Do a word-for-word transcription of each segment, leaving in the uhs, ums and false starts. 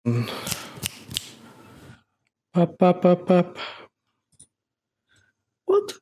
Pap, pap, pap, pap. What?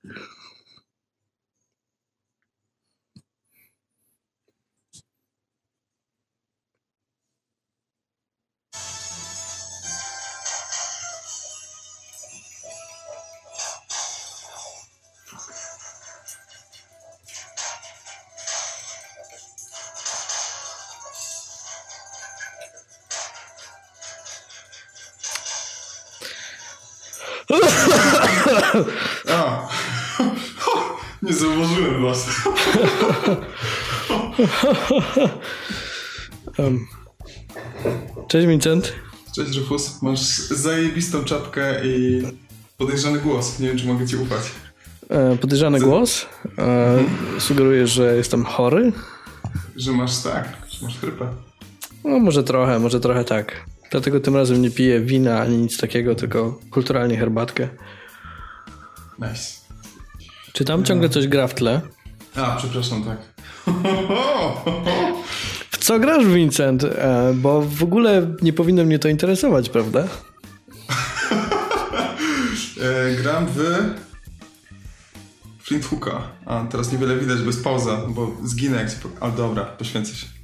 A. Nie zauważyłem was. um. Cześć Vincent. Cześć Rufus. Masz zajebistą czapkę i podejrzany głos. Nie wiem, czy mogę ci ufać. E, podejrzany Co? głos? E, sugerujesz, że jestem chory? Że masz tak, że masz chrypę. No może trochę, może trochę tak. Dlatego tym razem nie piję wina ani nic takiego, tylko kulturalnie herbatkę. Nice. Czy tam ciągle coś gra w tle? A, przepraszam, tak. W co grasz, Vincent? E, bo w ogóle nie powinno mnie to interesować, prawda? e, gram w Flint Hooka. A, teraz niewiele widać, bo jest pauza, bo zginę jak się... Po... Ale dobra, poświęcę się.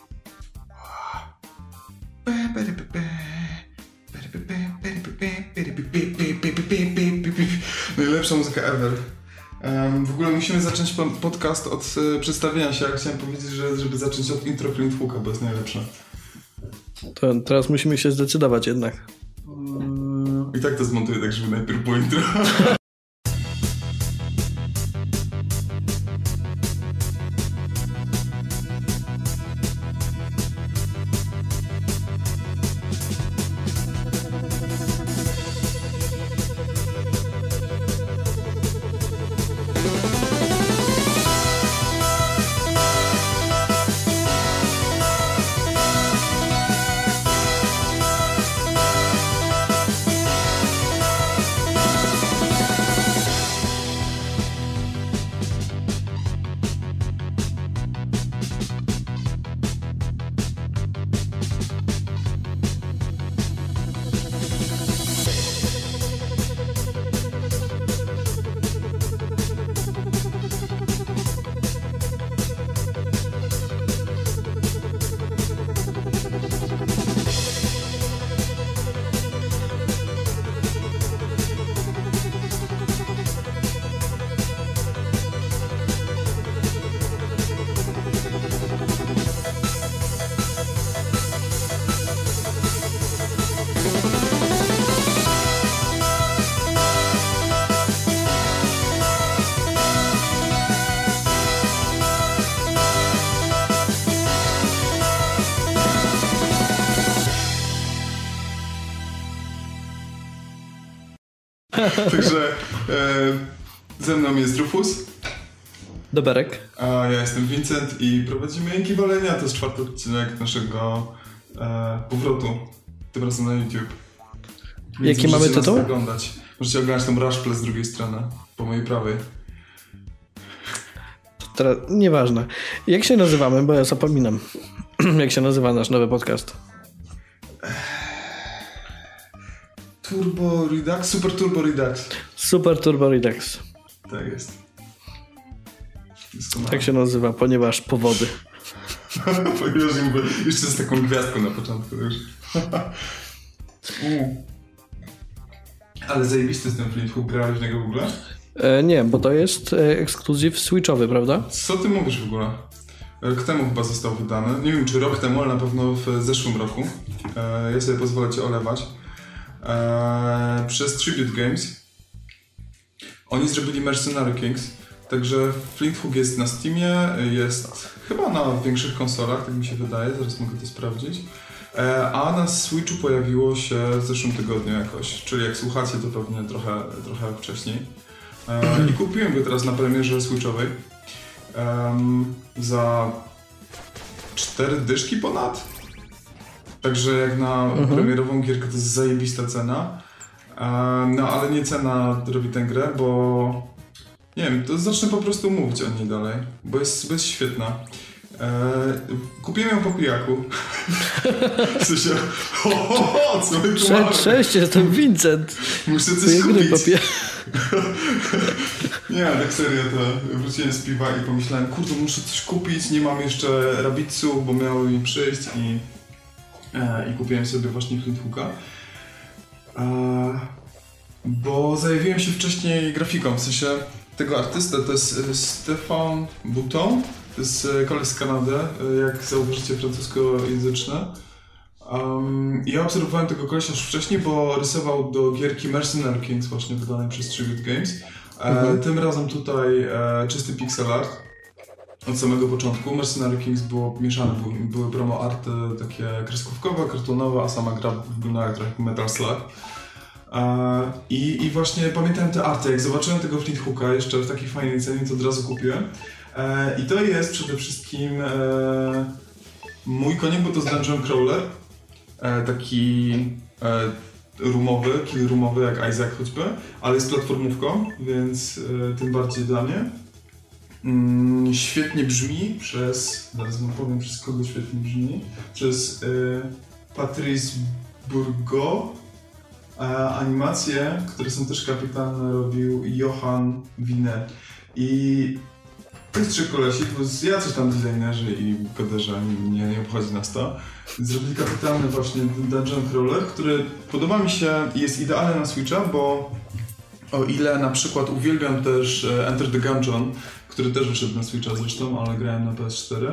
Najlepsza muzyka ever. Um, w ogóle musimy zacząć podcast od e, przedstawienia się. Ja chciałem powiedzieć, że żeby zacząć od intro Flint Hooka, bo jest najlepsze. To teraz musimy się zdecydować jednak. I tak to zmontuję, tak żeby najpierw było intro. Także e, ze mną jest Rufus. Doberek. A ja jestem Vincent i prowadzimy Jęki Walenia. To jest czwarty odcinek naszego e, powrotu. Tym razem na YouTube. Więc jaki mamy tytuł? Oglądać. Możecie oglądać tą Rushplay z drugiej strony, po mojej prawej. Teraz, nieważne. Jak się nazywamy, bo ja zapominam. Jak się nazywa nasz nowy podcast? Turbo Redux? Super Turbo Redux. Super Turbo Redux. Tak jest. Tak się nazywa, ponieważ powody. Ponieważ jeszcze z taką gwiazdką na początku już. Ale zajebisty jest ten Flint Hook. Grałeś w niego w ogóle? E, nie, bo to jest e, ekskluzyw switchowy, prawda? Co ty mówisz w ogóle? Rok temu chyba został wydany. Nie wiem, czy rok temu, ale na pewno w zeszłym roku. E, ja sobie pozwolę cię olewać. E, przez Tribute Games. Oni zrobili Mercenary Kings. Także Flint Hook jest na Steamie, jest chyba na większych konsolach, tak mi się wydaje, zaraz mogę to sprawdzić. E, a na Switchu pojawiło się w zeszłym tygodniu jakoś, czyli jak słuchacie, to pewnie trochę, trochę wcześniej. E, I kupiłem go teraz na premierze Switchowej e, za cztery dyszki ponad. Także jak na mhm. premierową gierkę to jest zajebista cena. E, no ale nie cena robi tę grę, bo nie wiem, to zacznę po prostu mówić o niej dalej, bo jest, bo jest świetna. E, kupiłem ją po pijaku. W sensie, ho, ho, ho, co my tu Cze- mamy? Cześć, jestem Vincent. Muszę coś Gry kupić. papie- Nie, tak serio to wróciłem z piwa i pomyślałem, kurde, muszę coś kupić, nie mam jeszcze rabiców, bo miały mi przyjść i, e, i kupiłem sobie właśnie Flint Hooka. E, bo zajawiłem się wcześniej grafiką, w sensie tego artystę, to jest Stéphane Bouton, to jest koleś z Kanady, jak zauważycie, francuskojęzyczny. Um, ja obserwowałem tego kolesia już wcześniej, bo rysował do gierki Mercenary Kings właśnie wydanej przez Tribute Games. E, mhm. Tym razem tutaj e, czysty pixel art od samego początku. Mercenary Kings było mieszane, były, były promo arty takie kreskówkowe, kartonowe, a sama gra wyglądała trochę jak Metal Slug. E, i, I właśnie pamiętałem te arty, jak zobaczyłem tego Flint Hooka jeszcze w takiej fajnej cenie, to od razu kupiłem. E, I to jest przede wszystkim e, mój koniec, bo to jest Dungeon Crawler. E, taki e, roomowy, kill roomowy jak Isaac choćby, ale jest platformówką, więc e, tym bardziej dla mnie. Mm, świetnie brzmi przez, zaraz wam powiem przez kogo świetnie brzmi, przez e, Patrice Bourgeot. E, animacje, które są też kapitalne, robił Johan Wiener. I tych trzech kolesi, plus jacyś tam designerzy i koderzy, nie, nie obchodzi nas to, zrobili kapitalny właśnie Dungeon Crawler, który podoba mi się i jest idealny na Switcha, bo o ile na przykład uwielbiam też Enter the Gungeon, który też wyszedł na Switcha zresztą, ale grałem na P S cztery,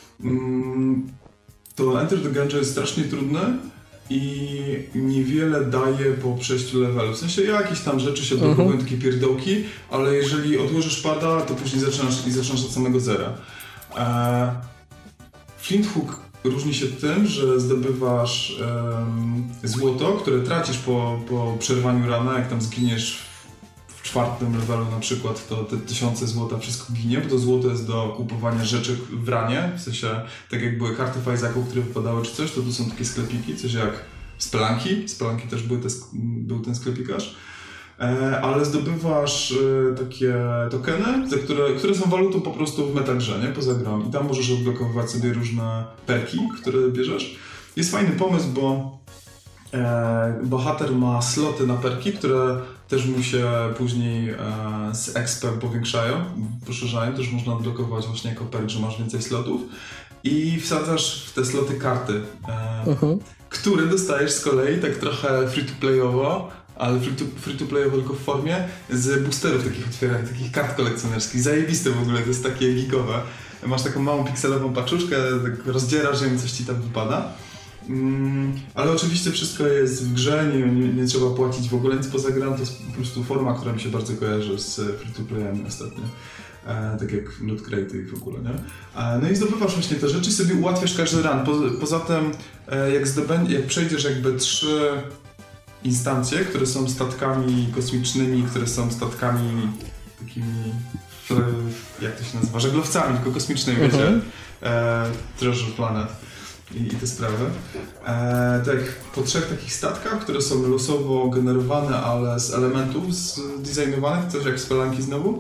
to Enter the Gungeon jest strasznie trudny i niewiele daje po przejściu levelu. W sensie jakieś tam rzeczy się odblokowują, uh-huh. takie pierdołki, ale jeżeli odłożysz pada, to później zaczynasz i zaczynasz od samego zera. Eee, Flint Hook różni się tym, że zdobywasz um, złoto, które tracisz po, po przerwaniu rana, jak tam zginiesz w czwartym levelu na przykład, to te tysiące złota wszystko ginie, bo to złoto jest do kupowania rzeczy w ranie, w sensie tak jak były karty w Isaacu, które wypadały czy coś, to tu są takie sklepiki, coś jak Spelunki, Spelunki też były te, był ten sklepikarz, e, ale zdobywasz e, takie tokeny, za które, które są walutą po prostu w metagrze, nie? Poza grą i tam możesz odblokowywać sobie różne perki, które bierzesz. Jest fajny pomysł, bo e, bohater ma sloty na perki, które też mu się później e, z expem powiększają, poszerzają, też można odblokować właśnie jako perk, że masz więcej slotów i wsadzasz w te sloty karty, e, uh-huh. które dostajesz z kolei tak trochę free-to-playowo, ale free-to-playowo tylko w formie z boosterów takich otwieranych, takich kart kolekcjonerskich. Zajebiste w ogóle, to jest takie gigowe. Masz taką małą pikselową paczuszkę, tak rozdzierasz ją i coś ci tam wypada. Mm, ale oczywiście wszystko jest w grze, nie, nie, nie trzeba płacić w ogóle nic poza grą, to jest po prostu forma, która mi się bardzo kojarzy z free-to-playem ostatnio. E, tak jak Loot Crate i w ogóle, nie? E, no i zdobywasz właśnie te rzeczy, sobie ułatwiasz każdy run. Po, poza tym, e, jak, zdobędzie, jak przejdziesz jakby trzy instancje, które są statkami kosmicznymi, które są statkami takimi, jak to się nazywa, żaglowcami, tylko kosmicznymi, uh-huh. wiecie? E, Treasure Planet. I, i te sprawy. E, tak, po trzech takich statkach, które są losowo generowane, ale z elementów zdesignowanych, coś jak Spelunki znowu,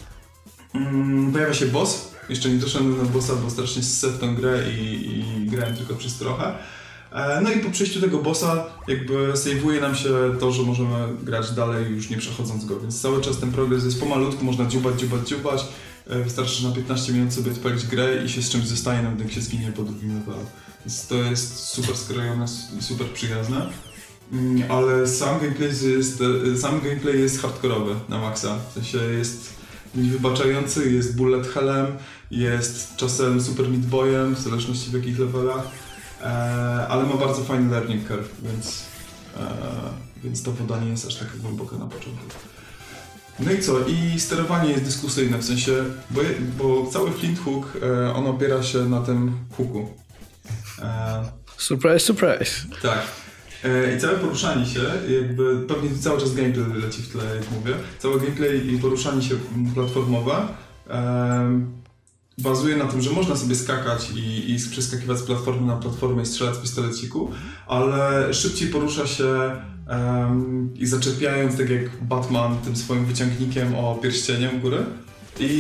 mm, pojawia się boss. Jeszcze nie doszedłem do bossa, bo strasznie ssę w tę grę i, i grałem tylko przez trochę. E, no i po przejściu tego bossa jakby save'uje nam się to, że możemy grać dalej już nie przechodząc go, więc cały czas ten progres jest pomalutku, można dziubać, dziubać, dziubać. E, wystarczy, że na piętnaście minut sobie odpalić grę i się z czymś zostaje, nawet jak się zginie po drugim levelu. Więc to jest super skrojone i super przyjazne, mm, ale sam gameplay jest, sam gameplay jest hardkorowy na maksa, w sensie jest niewybaczający, jest bullet hellem, jest czasem super meat boyem, w zależności w jakich levelach, e, ale ma bardzo fajny learning curve, więc, e, więc to woda nie jest aż taka głęboka na początku. No i co? I sterowanie jest dyskusyjne, w sensie, bo, bo cały Flint Hook, e, on opiera się na tym hooku. E, surprise, surprise. Tak. E, I całe poruszanie się, jakby pewnie cały czas gameplay leci w tle, jak mówię. Całe gameplay i poruszanie się platformowe e, bazuje na tym, że można sobie skakać i, i przeskakiwać z platformy na platformę i strzelać z pistoleciku, ale szybciej porusza się um, i zaczepiając, tak jak Batman tym swoim wyciągnikiem o pierścieniem u góry. I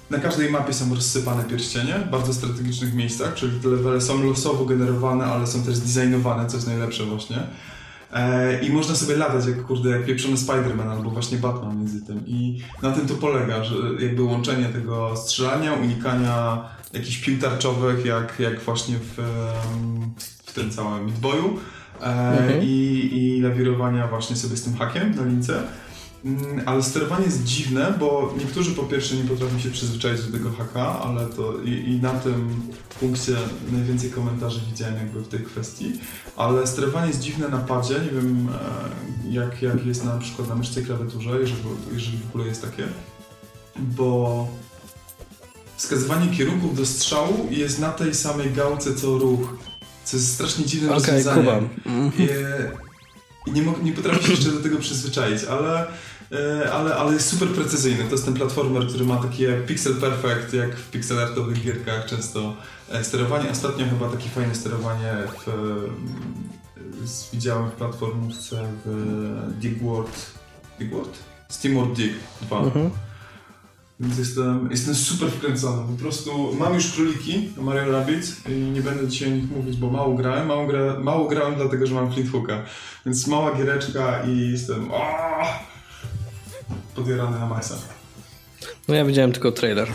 na każdej mapie są rozsypane pierścienie w bardzo strategicznych miejscach, czyli te levele są losowo generowane, ale są też zdesignowane, co jest najlepsze właśnie. E, I można sobie latać jak, kurde, jak pieprzony Spider-Man albo właśnie Batman między tym. I na tym to polega, że jakby łączenie tego strzelania, unikania jakichś pił tarczowych, jak, jak właśnie w, w tym całym Meat-Boyu e, mhm. i, i lawirowania właśnie sobie z tym hakiem na lince. Ale sterowanie jest dziwne, bo niektórzy po pierwsze nie potrafią się przyzwyczaić do tego haka, ale to i, i na tym punkcie najwięcej komentarzy widziałem jakby w tej kwestii, ale sterowanie jest dziwne na padzie, nie wiem jak, jak jest na przykład na myszce i klawiaturze, jeżeli, jeżeli w ogóle jest takie, bo wskazywanie kierunków do strzału jest na tej samej gałce co ruch, co jest strasznie dziwne okay, rozwiązanie. I nie, nie potrafię się jeszcze do tego przyzwyczaić, ale, ale, ale jest super precyzyjny. To jest ten platformer, który ma takie pixel perfect, jak w pixelartowych gierkach często sterowanie. Ostatnio chyba takie fajne sterowanie w, z, widziałem w platformówce w Dig World, Dig World? SteamWorld Dig dwa. Mhm. Więc jestem, jestem super wkręcony. Po prostu mam już króliki Mario Rabbids i nie będę dzisiaj o nich mówić, bo mało grałem. Mało, gra, mało grałem dlatego, że mam Flint Hooka. Więc mała giereczka i jestem aaa, podjarany na maksa. No ja widziałem tylko trailer.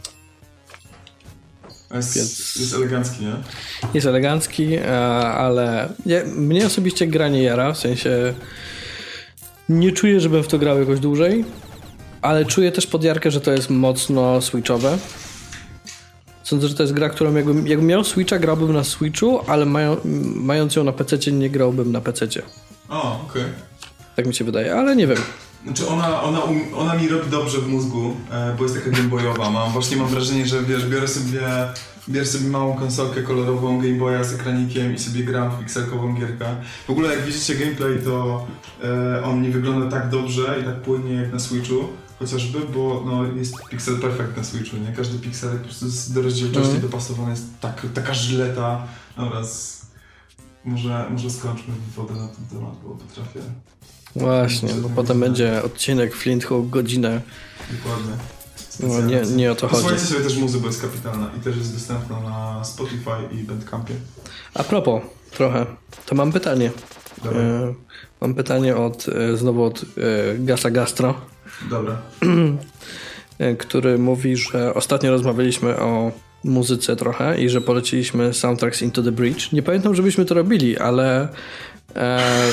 Jest, Więc... jest elegancki, nie? Jest elegancki, ale ja, mnie osobiście gra nie jara, w sensie nie czuję, żebym w to grał jakoś dłużej. Ale czuję też podjarkę, że to jest mocno switchowe. Sądzę, że to jest gra, którą jakbym, jakbym miał Switcha, grałbym na Switchu, ale mają, mając ją na pececie, nie grałbym na pececie. O, okej. Okay. Tak mi się wydaje, ale nie wiem. Znaczy ona, ona, ona mi robi dobrze w mózgu, bo jest taka gameboyowa. Mam, właśnie mam wrażenie, że wiesz, biorę sobie, biorę sobie małą konsolkę kolorową Game Boya z ekranikiem i sobie gram w pikselkową gierkę. W ogóle jak widzicie gameplay, to e, on nie wygląda tak dobrze i tak płynnie jak na Switchu. Chociażby, bo no, jest pixel perfect na Switchu, nie? Każdy pikselek po prostu do rozdzielczości mm. dopasowany jest tak, taka żyleta. Oraz może, może skończmy wodę na ten temat, bo potrafię. Właśnie, bo potem będzie odcinek Flint Hook, godzinę. Dokładnie. No, nie, nie o to chodzi. Słuchajcie sobie też muzy, bo jest kapitalna i też jest dostępna na Spotify i Bandcampie. A propos, trochę, to mam pytanie. E, mam pytanie od, e, znowu od e, Gasa Gastro. Dobra. Który mówi, że ostatnio rozmawialiśmy o muzyce trochę i że poleciliśmy Soundtracks Into the Breach. Nie pamiętam, żebyśmy to robili, ale e,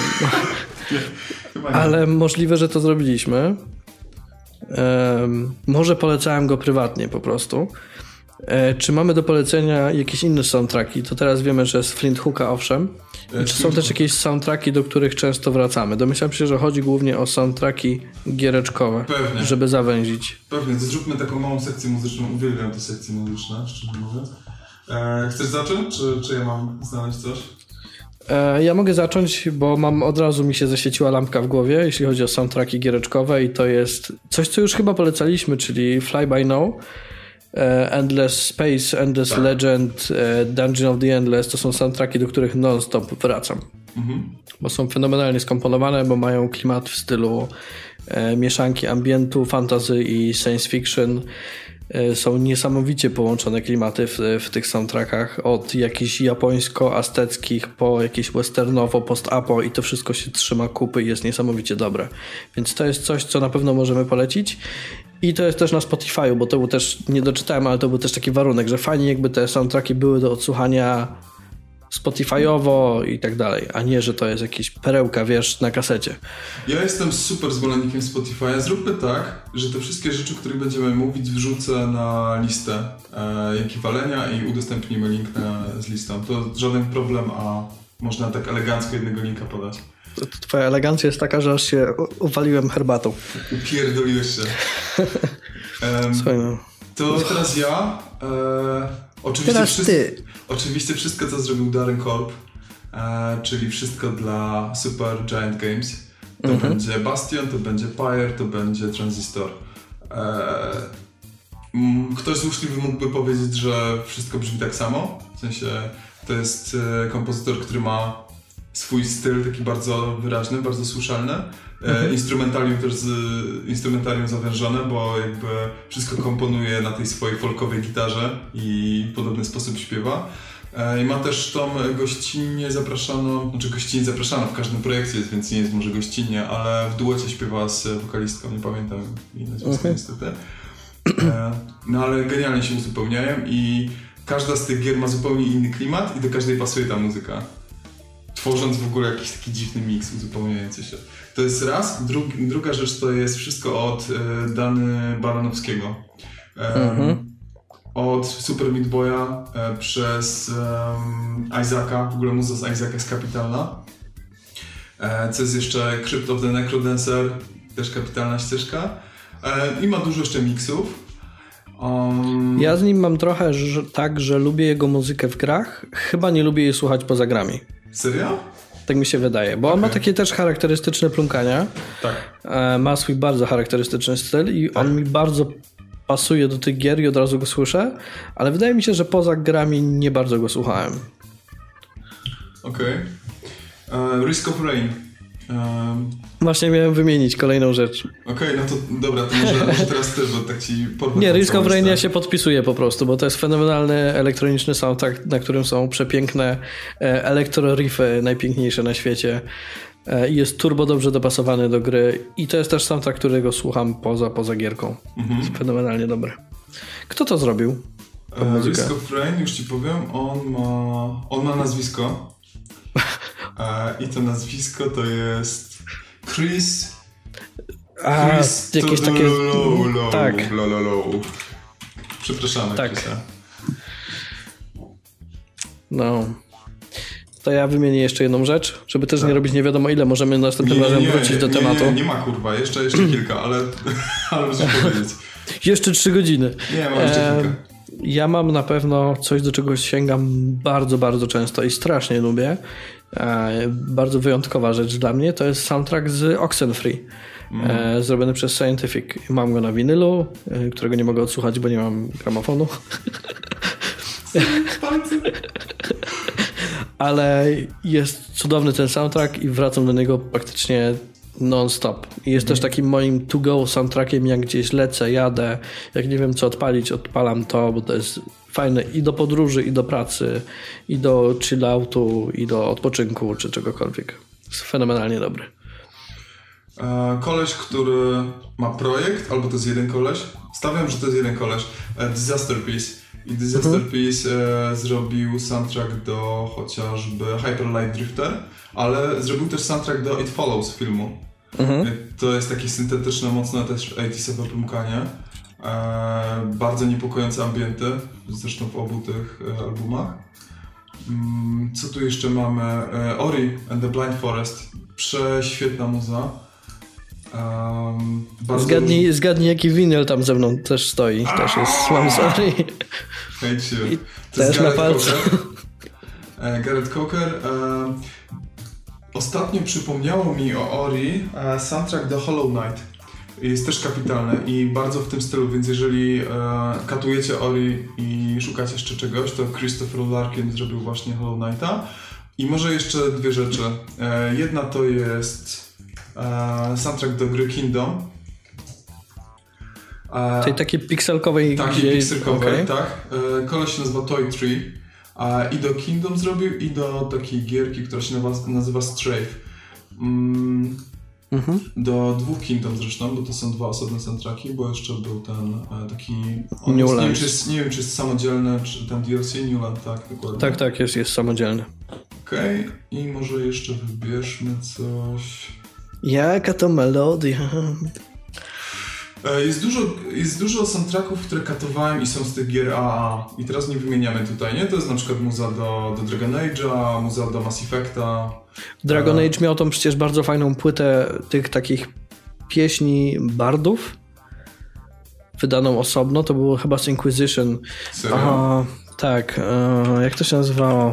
ale możliwe, że to zrobiliśmy. E, może polecałem go prywatnie po prostu. E, czy mamy do polecenia jakieś inne soundtracki? To teraz wiemy, że z Flint Hooka owszem. I czy są też jakieś soundtracki, do których często wracamy? Domyślam się, że chodzi głównie o soundtracki giereczkowe, pewnie, żeby zawęzić. Pewnie, to zróbmy taką małą sekcję muzyczną. Uwielbiam te sekcje muzyczne, szczerze mówiąc. E, chcesz zacząć, czy, czy ja mam znaleźć coś? E, ja mogę zacząć, bo mam od razu mi się zaświeciła lampka w głowie, jeśli chodzi o soundtracki giereczkowe i to jest coś, co już chyba polecaliśmy, czyli Fly By Now. Endless Space, Endless tak. Legend, Dungeon of the Endless to są soundtracki, do których non-stop wracam. Mhm. Bo są fenomenalnie skomponowane, bo mają klimat w stylu e, mieszanki ambientu, fantasy i science fiction. E, są niesamowicie połączone klimaty w, w tych soundtrackach, od jakichś japońsko-azteckich po jakieś westernowo, post-apo i to wszystko się trzyma kupy i jest niesamowicie dobre. Więc to jest coś, co na pewno możemy polecić. I to jest też na Spotify'u, bo to był też, nie doczytałem, ale to był też taki warunek, że fajnie jakby te soundtracki były do odsłuchania Spotify'owo i tak dalej, a nie, że to jest jakaś perełka, wiesz, na kasecie. Ja jestem super zwolennikiem Spotify'a. Zróbmy tak, że te wszystkie rzeczy, o których będziemy mówić, wrzucę na listę e, ekwiwalenia i udostępnimy link na, z listą. To żaden problem, a można tak elegancko jednego linka podać. Twoja elegancja jest taka, że aż się uwaliłem herbatą. Upierdoliłeś się. Um, Słuchaj, no. To teraz ja. E, oczywiście, teraz wszystko, ty. oczywiście wszystko, co zrobił Darren Korb, e, czyli wszystko dla Super Giant Games. To mhm. będzie Bastion, to będzie Pyre, to będzie Transistor. E, ktoś złośliwy mógłby powiedzieć, że wszystko brzmi tak samo. W sensie to jest e, kompozytor, który ma swój styl taki bardzo wyraźny, bardzo słyszalny. Mhm. Instrumentarium też z, instrumentarium zawężone, bo jakby wszystko komponuje na tej swojej folkowej gitarze i w podobny sposób śpiewa. I ma też tą gościnnie zapraszaną, znaczy gościnnie zapraszana w każdym projekcie jest, więc nie jest może gościnnie, ale w duecie śpiewa z wokalistką, nie pamiętam jej nazwiska okay. niestety. No ale genialnie się uzupełniają i każda z tych gier ma zupełnie inny klimat i do każdej pasuje ta muzyka. Tworząc w ogóle jakiś taki dziwny miks uzupełniający się. To jest raz. Dru druga rzecz to jest wszystko od e, Dany Baranowskiego. E, mhm. Od Super Meat Boya e, przez e, Isaaca, w ogóle muza z Isaaca jest kapitalna. E, co jest jeszcze Crypt of the Necrodancer, też kapitalna ścieżka. E, I ma dużo jeszcze miksów. Um... Ja z nim mam trochę że, tak, że lubię jego muzykę w grach, chyba nie lubię jej słuchać poza grami. Serio? Tak mi się wydaje, bo okay. on ma takie też charakterystyczne plumkania. Tak. E, ma swój bardzo charakterystyczny styl i tak. on mi bardzo pasuje do tych gier i od razu go słyszę, ale wydaje mi się, że poza grami nie bardzo go słuchałem. Okej. Okay. Uh, Risk of Rain. Um... Właśnie miałem wymienić kolejną rzecz. Okej, okay, no to dobra, to może, może teraz ty, bo tak ci porwę. Nie, Risk of Rain ja się podpisuję po prostu, bo to jest fenomenalny elektroniczny soundtrack, na którym są przepiękne elektro-riffy, najpiękniejsze na świecie. I jest turbo dobrze dopasowany do gry. I to jest też soundtrack, którego słucham poza, poza gierką. Mhm. Jest fenomenalnie dobry. Kto to zrobił? Uh, Risk of Rain, już ci powiem, on ma, on ma nazwisko. uh, I to nazwisko to jest Chris... A, Chris jakieś takie... Low, low, tak. Low, low, low. Przepraszamy, tak. Chrisa. No... To ja wymienię jeszcze jedną rzecz, żeby też tak. nie robić nie wiadomo ile. Możemy następnym nie, razem nie, wrócić nie, do nie, tematu. Nie, nie ma kurwa, jeszcze, jeszcze kilka, ale, ale muszę powiedzieć. Jeszcze trzy godziny. Nie, mam jeszcze e, kilka. Ja mam na pewno coś, do czego sięgam bardzo, bardzo często i strasznie lubię. E, bardzo wyjątkowa rzecz dla mnie to jest soundtrack z Oxenfree. Mm. E, zrobiony przez Scientific. Mam go na winylu, e, którego nie mogę odsłuchać, bo nie mam gramofonu. Ale jest cudowny ten soundtrack i wracam do niego praktycznie non-stop. I jest mm. też takim moim to-go soundtrackiem, jak gdzieś lecę, jadę, jak nie wiem co odpalić, odpalam to, bo to jest fajne i do podróży, i do pracy, i do chill-outu, i do odpoczynku, czy czegokolwiek. Jest fenomenalnie dobry. Koleś, który ma projekt, albo to jest jeden koleś, stawiam, że to jest jeden koleś, Disasterpeace. I Disasterpeace mhm. e, zrobił soundtrack do chociażby Hyper Light Drifter, ale zrobił też soundtrack do It Follows filmu. Mhm. E, to jest takie syntetyczne, mocne też osiemdziesiąte plumkanie. E, bardzo niepokojące ambienty, zresztą w obu tych e, albumach. Mm, co tu jeszcze mamy? E, Ori and the Blind Forest. Prześwietna muza. Um, zgadnij, róż... zgadnij jaki winyl tam ze mną też stoi. Aaaa! Też jest Slam Sorry. Hejcie. Też na palcu. e, Gareth Cocker. E, ostatnio przypomniało mi o Ori e, soundtrack do Hollow Knight. Jest też kapitalny i bardzo w tym stylu, więc jeżeli e, katujecie Ori i szukacie jeszcze czegoś, to Christopher Larkin zrobił właśnie Hollow Knighta. I może jeszcze dwie rzeczy. E, jedna to jest e, soundtrack do gry Kingdom. E, Tej takiej pikselkowej. Takiej gdzie... pikselkowej, okay. tak. E, koleś się nazywa Toy Tree. E, I do Kingdom zrobił, i do takiej gierki, która się nazywa, nazywa Strafe. Mm, mhm. Do dwóch Kingdom zresztą, bo to są dwa osobne soundtracki, bo jeszcze był ten e, taki... On jest, nie, wiem, czy jest, nie wiem, czy jest samodzielny, czy ten D L C Newland, tak, dokładnie. Tak, tak, jest, jest samodzielny. Okej, okay. I może jeszcze wybierzmy coś... Jaka to melodia? Jest dużo, jest dużo soundtracków, które katowałem i są z tych gier A A. I teraz nie wymieniamy tutaj, nie? To jest na przykład muza do, do Dragon Age'a, muza do Mass Effecta. Dragon e... Age miał tą przecież bardzo fajną płytę tych takich pieśni bardów. Wydaną osobno, to było chyba z Inquisition. Serio? Aha, tak, e, jak to się nazywało?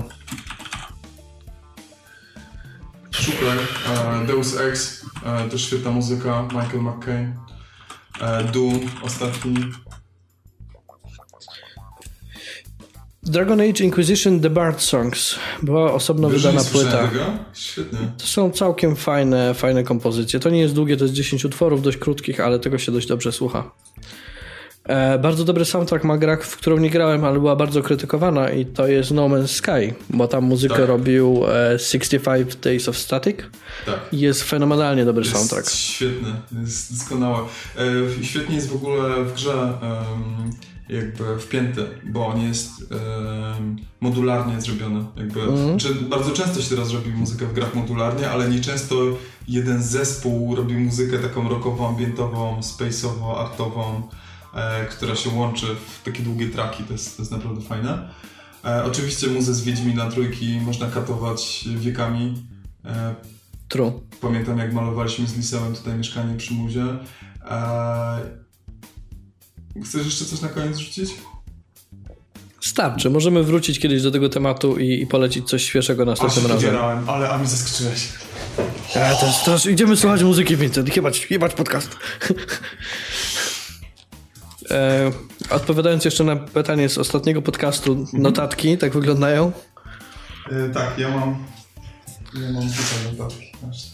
Szukaj, e, Deus Ex, e, też świetna muzyka, Michael McCain. Doom, ostatni. Dragon Age Inquisition The Bard Songs. Była osobno Wiesz, wydana nie płyta. Tego? Świetnie. To są całkiem fajne, fajne kompozycje. To nie jest długie, to jest dziesięć utworów, dość krótkich, ale tego się dość dobrze słucha. E, bardzo dobry soundtrack ma gra, w którą nie grałem, ale była bardzo krytykowana i to jest No Man's Sky, bo tam muzykę tak. robił e, sixty five Days of Static. Tak. I jest fenomenalnie dobry jest soundtrack. Świetny, jest doskonały. E, świetnie jest w ogóle w grze um, jakby wpięty, bo on jest um, modularnie zrobiony. Jakby, mm. czy bardzo często się teraz robi muzykę w grach modularnie, ale nieczęsto jeden zespół robi muzykę taką rockową, ambientową, space'ową, artową, e, która się łączy w takie długie traki. To jest, to jest naprawdę fajne. E, oczywiście muzę z Wiedźmina trójki można katować wiekami. E, True. Pamiętam, jak malowaliśmy z Lisełem tutaj mieszkanie przy muzie. Eee... Chcesz jeszcze coś na koniec rzucić? Starczy. Możemy wrócić kiedyś do tego tematu i, i polecić coś świeżego następnym razem. Wybierałem, ale a mi zaskoczyłeś. Ja, to jest, to idziemy słuchać muzyki, Vincent. Jebać, jebać podcast. e, odpowiadając jeszcze na pytanie z ostatniego podcastu, notatki, tak wyglądają? E, tak, ja mam... Ja mam tutaj notatki.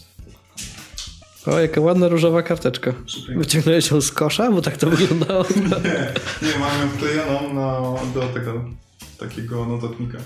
O, jaka ładna różowa karteczka. Wyciągnąłeś ją z kosza? Bo tak to wyglądało. nie, nie, mam ją wklejoną na, do tego takiego notatnika.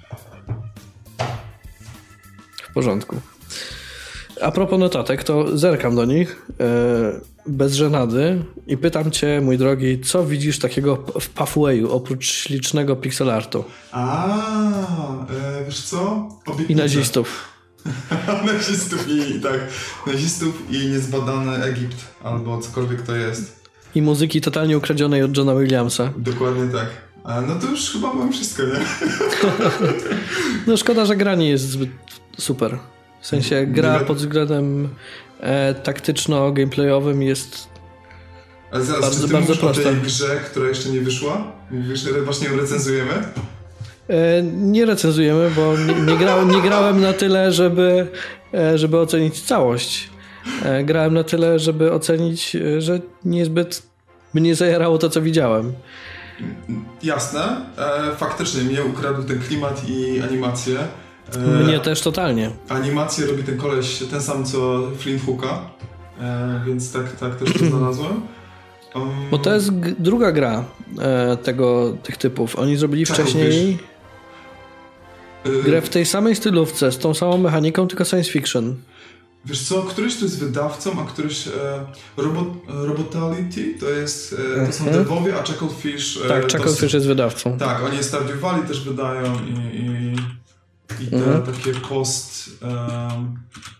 W porządku. A propos notatek, to zerkam do nich e, bez żenady i pytam cię, mój drogi, co widzisz takiego w Pathwayu oprócz ślicznego pixel artu? A, e, wiesz co? Obietnice. I nazistów. nazistów i tak, nazistów i niezbadany Egipt, albo cokolwiek to jest. I muzyki totalnie ukradzionej od Johna Williamsa. Dokładnie tak. A no to już chyba mam wszystko, nie? No szkoda, że gra nie jest zbyt super. W sensie gra pod względem e, taktyczno-gameplayowym jest Ale zaraz, bardzo, czy ty bardzo mówisz prosta. o tej grze, która jeszcze nie wyszła? Mówisz, właśnie ją recenzujemy? E, nie recenzujemy, bo nie, nie, grałem, nie grałem na tyle, żeby, e, żeby ocenić całość. E, grałem na tyle, żeby ocenić, e, że niezbyt mnie zajarało to, co widziałem. Jasne. E, faktycznie mnie ukradł ten klimat i animację. E, mnie też totalnie. Animację robi ten koleś, ten sam co Flint Hooka, e, więc tak, tak też to znalazłem. Um, Bo to jest g- druga gra e, tego, tych typów. Oni zrobili tak, wcześniej wiesz, grę w tej samej stylówce, z tą samą mechaniką, tylko science fiction. Wiesz co, któryś tu jest wydawcą, a któryś e, robot, Robotality, to jest e, to są Mhm. devowie, a Chucklefish... E, Tak, Chucklefish jest wydawcą. Tak, oni Stardew Valley też wydają i, i, i te Mhm. takie post... Um,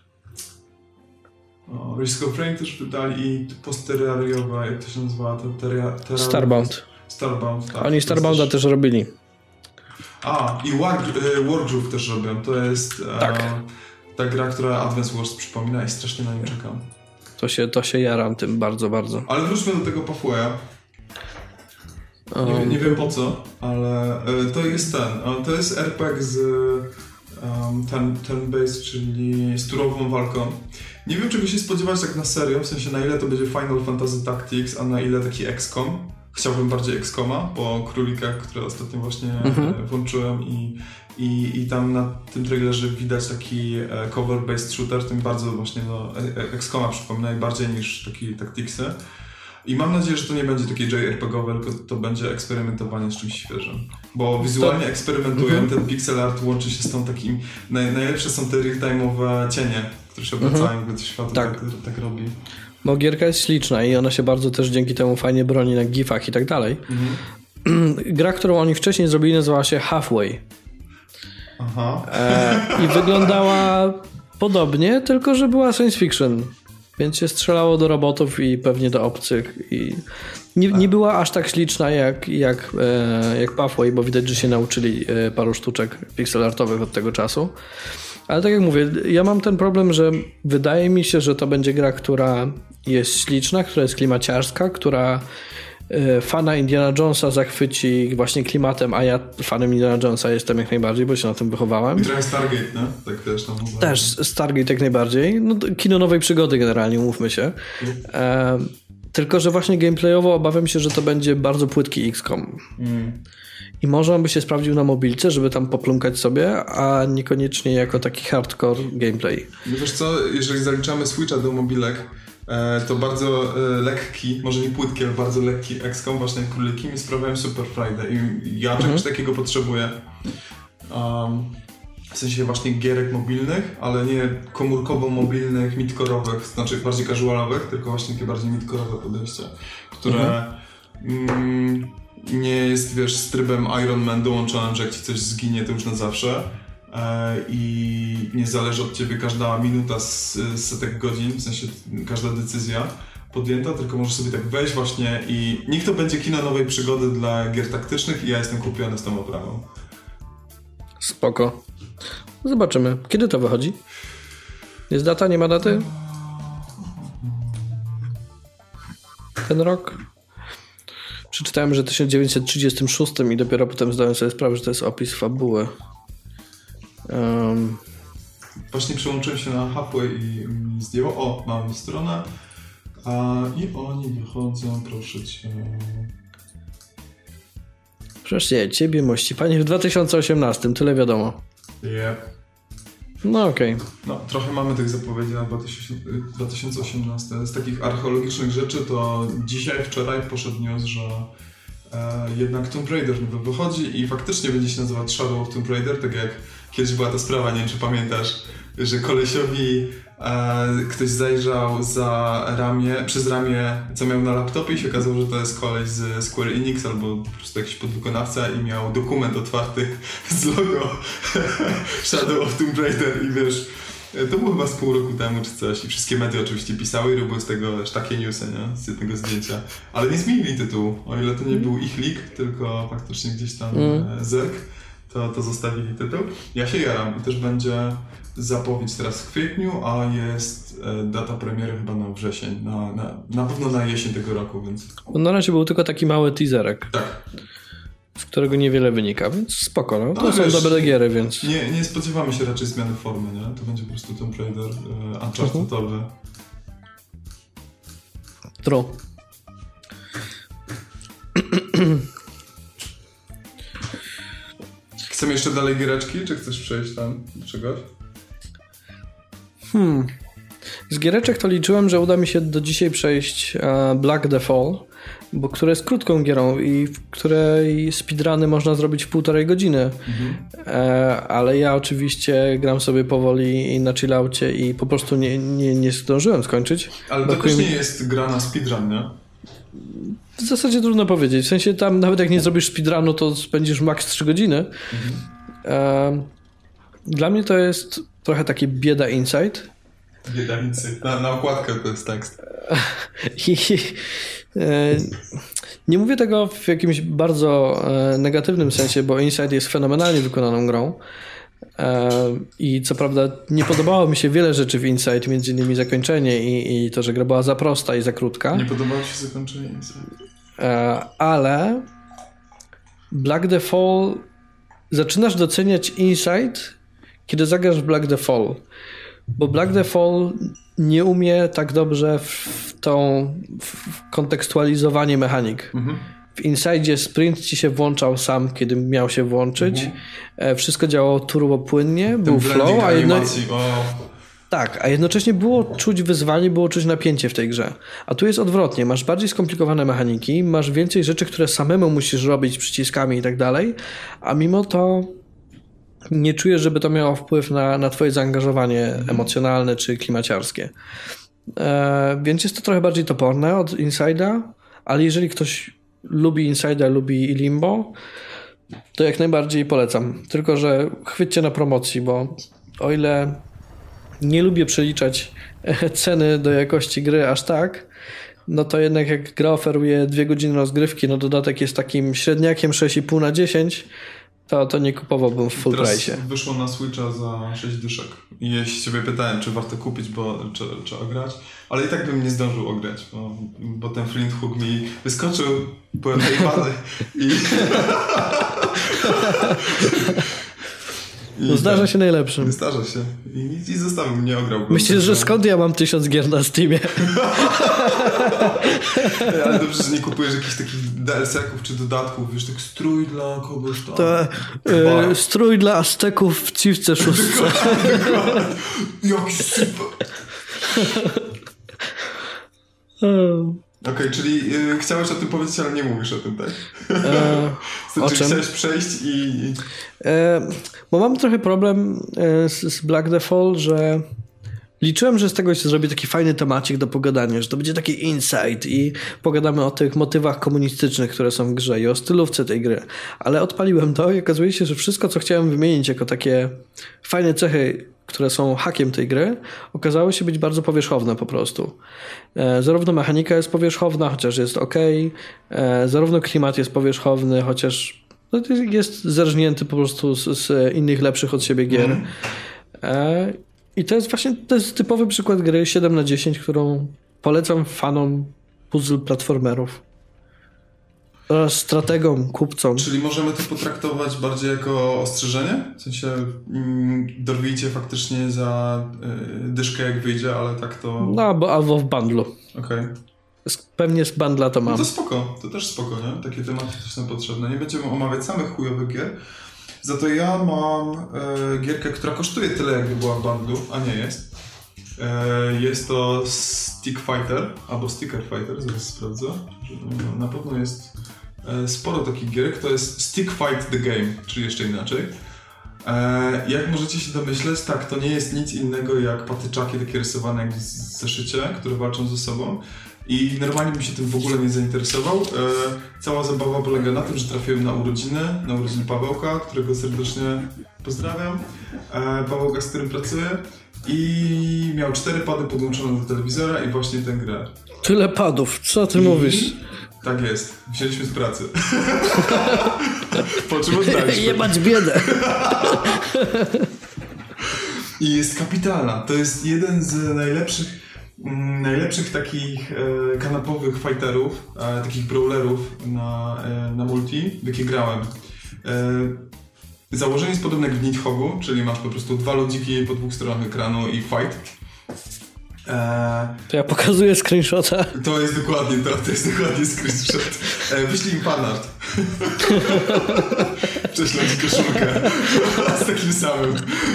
o, Risk of Rain też wydali i post-terrariowe, jak to się nazywa? To teria, terra, Starbound. Starbound, tak. Oni Starbounda też... też robili. A, i War, e, Wargroove też robią, to jest... Tak. E, ta gra, która Advance Wars przypomina i strasznie na nią czekam. To się, to się jaram tym bardzo, bardzo. Ale wróćmy do tego Pathwaya. Um, Nie, nie wiem po co, ale y, to jest ten. To jest R P G z um, turn, turn-based, czyli z turową walką. Nie wiem, czego się spodziewać tak na serio, w sensie na ile to będzie Final Fantasy Tactics, a na ile taki X COM. Chciałbym bardziej X COMa po królikach, które ostatnio właśnie mm-hmm. włączyłem i, i, i tam na tym trailerze widać taki cover-based shooter, tym bardzo właśnie no, X COMa przypomina i bardziej niż taki Tacticsy. I mam nadzieję, że to nie będzie takie J R P G-owe, tylko to będzie eksperymentowanie z czymś świeżym. Bo wizualnie eksperymentują, mm-hmm. ten pixel art łączy się z tą takim... Naj, najlepsze są te real-time'owe cienie, które się obracają, mm-hmm. gdy to światło tak. Tak, tak robi. Bo gierka jest śliczna i ona się bardzo też dzięki temu fajnie broni na gifach i tak dalej. Mm-hmm. Gra, którą oni wcześniej zrobili, nazywała się Halfway. Aha. E, I wyglądała podobnie, tylko że była science fiction. Więc się strzelało do robotów i pewnie do obcych. I nie, nie była aż tak śliczna jak, jak, e, jak Pathway, bo widać, że się nauczyli e, paru sztuczek pixelartowych od tego czasu. Ale tak jak mówię, ja mam ten problem, że wydaje mi się, że to będzie gra, która jest śliczna, która jest klimaciarska, która e, fana Indiana Jonesa zachwyci właśnie klimatem, a ja fanem Indiana Jonesa jestem jak najbardziej, bo się na tym wychowałem. I trochę Stargate, no? Tak też tam mówię. Też Stargate jak najbardziej. No, kino nowej przygody generalnie, umówmy się. E, Tylko, że właśnie gameplayowo obawiam się, że to będzie bardzo płytki X COM. Mm. I może on by się sprawdził na mobilce, żeby tam poplumkać sobie, a niekoniecznie jako taki hardcore gameplay. No wiesz co, jeżeli zaliczamy Switcha do mobilek, to bardzo lekki, może nie płytki, ale bardzo lekki X COM właśnie króliki mi sprawiają super frajdę i ja czegoś mhm. takiego potrzebuję. Um, w sensie właśnie gierek mobilnych, ale nie komórkowo-mobilnych, midkorowych, znaczy bardziej casualowych, tylko właśnie takie bardziej midkorowe podejście, które mhm. mm, nie jest, wiesz, z trybem Iron Man dołączonym, że jak ci coś zginie, to już na zawsze. I nie zależy od ciebie każda minuta z, z setek godzin, w sensie każda decyzja podjęta, tylko możesz sobie tak wejść właśnie i niech to będzie kino nowej przygody dla gier taktycznych i ja jestem kupiony z tą oprawą. Spoko. Zobaczymy. Kiedy to wychodzi? Jest data? Nie ma daty? Ten rok? Przeczytałem, że w tysiąc dziewięćset trzydziestym szóstym i dopiero potem zdałem sobie sprawę, że to jest opis fabuły. Um. Właśnie przełączyłem się na Halfway i mi zdjęło. O, mamy stronę. A, I oni wychodzą, proszę cię. Proszę ciebie, mości panie, w dwa tysiące osiemnastym, tyle wiadomo. Yep. No okej. Okay. No, trochę mamy tych zapowiedzi na dwa tysiące osiemnasty. Z takich archeologicznych rzeczy to dzisiaj, wczoraj poszedł news, że e, jednak Tomb Raider nowy wychodzi i faktycznie będzie się nazywać Shadow of Tomb Raider, tak jak kiedyś była ta sprawa, nie wiem czy pamiętasz, że kolesiowi e, ktoś zajrzał za ramię, przez ramię, co miał na laptopie i się okazało, że to jest koleś z Square Enix albo po prostu jakiś podwykonawca i miał dokument otwarty z logo Shadow of Tomb Raider i wiesz, to było chyba z pół roku temu czy coś i wszystkie media oczywiście pisały i robiły z tego też takie newsy, nie? Z jednego zdjęcia. Ale nie zmienili tytułu, o ile to nie był ich leak, tylko faktycznie gdzieś tam mm. zerk. To, to zostawili tytuł. Ja się jaram i też będzie zapowiedź teraz w kwietniu, a jest e, data premiery chyba na wrzesień, na, na, na pewno na jesień tego roku, więc... No na razie był tylko taki mały teaserek, tak. z którego niewiele wynika, więc spoko, no. To no, są wiesz, dobre giery, więc... Nie, nie spodziewamy się raczej zmiany formy, nie? To będzie po prostu Tomb Raider e, Unchartedowy. True. Chcemy jeszcze dalej giereczki, czy chcesz przejść tam do czegoś? Hmm. Z giereczek to liczyłem, że uda mi się do dzisiaj przejść uh, Black the Fall, bo które jest krótką gierą i w której speedruny można zrobić w półtorej godziny. Mhm. E, ale ja oczywiście gram sobie powoli i na chillaucie i po prostu nie, nie, nie zdążyłem skończyć. Ale to też nie mi... jest gra na speedrun, nie? W zasadzie trudno powiedzieć. W sensie tam nawet jak nie zrobisz speedrunu, to spędzisz max trzy godziny. Mhm. E, dla mnie to jest trochę takie bieda insight. Bieda insight. Na, na okładkę to jest tekst. I, e, nie mówię tego w jakimś bardzo e, negatywnym sensie, bo Inside jest fenomenalnie wykonaną grą. E, I co prawda nie podobało mi się wiele rzeczy w Inside, między innymi zakończenie i, i to, że gra była za prosta i za krótka. Nie podobało ci się zakończenie Inside. E, ale Black the Fall zaczynasz doceniać Inside, kiedy zagrasz w Black the Fall. Bo Black the Fall nie umie tak dobrze w tą w kontekstualizowanie mechanik. Mhm. W Inside sprint ci się włączał sam, kiedy miał się włączyć. Mhm. Wszystko działało turbo płynnie, Ten był flow, a jedno... tak, a jednocześnie było czuć wyzwanie, było czuć napięcie w tej grze. A tu jest odwrotnie, masz bardziej skomplikowane mechaniki, masz więcej rzeczy, które samemu musisz robić przyciskami i tak dalej, a mimo to nie czujesz, żeby to miało wpływ na, na twoje zaangażowanie mhm. emocjonalne czy klimaciarskie. E, więc jest to trochę bardziej toporne od Inside'a, ale jeżeli ktoś lubi Inside'a, lubi Limbo, to jak najbardziej polecam. Tylko że chwyćcie na promocji, bo o ile nie lubię przeliczać ceny do jakości gry aż tak, no to jednak jak gra oferuje dwie godziny rozgrywki, no dodatek jest takim średniakiem sześć i pół na dziesięć, to, to nie kupowałbym w full price. Teraz wyszło na Switcha za sześć dyszek. I ja się ciebie pytałem, czy warto kupić, bo czy, czy ograć, ale i tak bym nie zdążył ograć, bo, bo ten Flint Hook mi wyskoczył, byłem zajebany i... I no zdarza tak, się najlepszym. Zdarza się. I, i zostawił mnie, ograł. Myślisz, że skąd ja mam tysiąc gier na Steamie? Ale dobrze, że nie kupujesz jakichś takich D L C-ków czy dodatków, wiesz, tak strój dla kogoś tam. To, e, strój dla Azteków w Ciwce szóstce. Jaki super. Okej, okay, czyli y, chciałeś o tym powiedzieć, ale nie mówisz o tym, tak? E, znaczy, o czym? Chciałeś przejść i... E, bo mam trochę problem z, z Black the Fall, że liczyłem, że z tego się zrobi taki fajny temacik do pogadania, że to będzie taki insight i pogadamy o tych motywach komunistycznych, które są w grze i o stylówce tej gry. Ale odpaliłem to i okazuje się, że wszystko, co chciałem wymienić jako takie fajne cechy, które są hakiem tej gry, okazało się być bardzo powierzchowne po prostu. E, zarówno mechanika jest powierzchowna, chociaż jest ok, e, zarówno klimat jest powierzchowny, chociaż no, jest zerżnięty po prostu z, z innych lepszych od siebie gier. Mm. E, I to jest właśnie to jest typowy przykład gry siedem na dziesięć, którą polecam fanom puzzle platformerów. Oraz strategom, kupcom. Czyli możemy to potraktować bardziej jako ostrzeżenie? W sensie mm, dorwijcie faktycznie za y, dyszkę jak wyjdzie, ale tak to... No, albo, albo w bundlu. Okej. Okay. Pewnie z bundla to mam. No to spoko, to też spoko, nie? Takie tematy też są potrzebne. Nie będziemy omawiać samych chujowych gier. Za to ja mam y, gierkę, która kosztuje tyle, jakby była w bundlu, a nie jest. Y, jest to Stick Fighter, albo Sticker Fighter, zaraz sprawdzę. Na pewno jest sporo takich gier, to jest Stick Fight the Game, czyli jeszcze inaczej. E, jak możecie się domyśleć, tak, to nie jest nic innego jak patyczaki takie rysowane jak w zeszycie, które walczą ze sobą. I normalnie bym się tym w ogóle nie zainteresował. E, cała zabawa polega na tym, że trafiłem na urodziny, na urodziny Pawełka, którego serdecznie pozdrawiam. E, Pawełka, z którym pracuję. I miał cztery pady podłączone do telewizora i właśnie tę grę. Tyle padów, co ty I... mówisz? Tak jest. Wzięliśmy z pracy. Po czym oddaliśmy. Jebać biedę. I jest kapitalna. To jest jeden z najlepszych mm, najlepszych takich e, kanapowych fighterów, e, takich brawlerów na, e, na multi, w jakie grałem. E, założenie jest podobne jak w Nidhogg'u, czyli masz po prostu dwa lodziki po dwóch stronach ekranu i fight. Eee, to ja pokazuję screenshota. To jest dokładnie to, to jest dokładnie screenshot. Eee, wyślij mi fanart. Prześlę ci koszulkę z takim samym.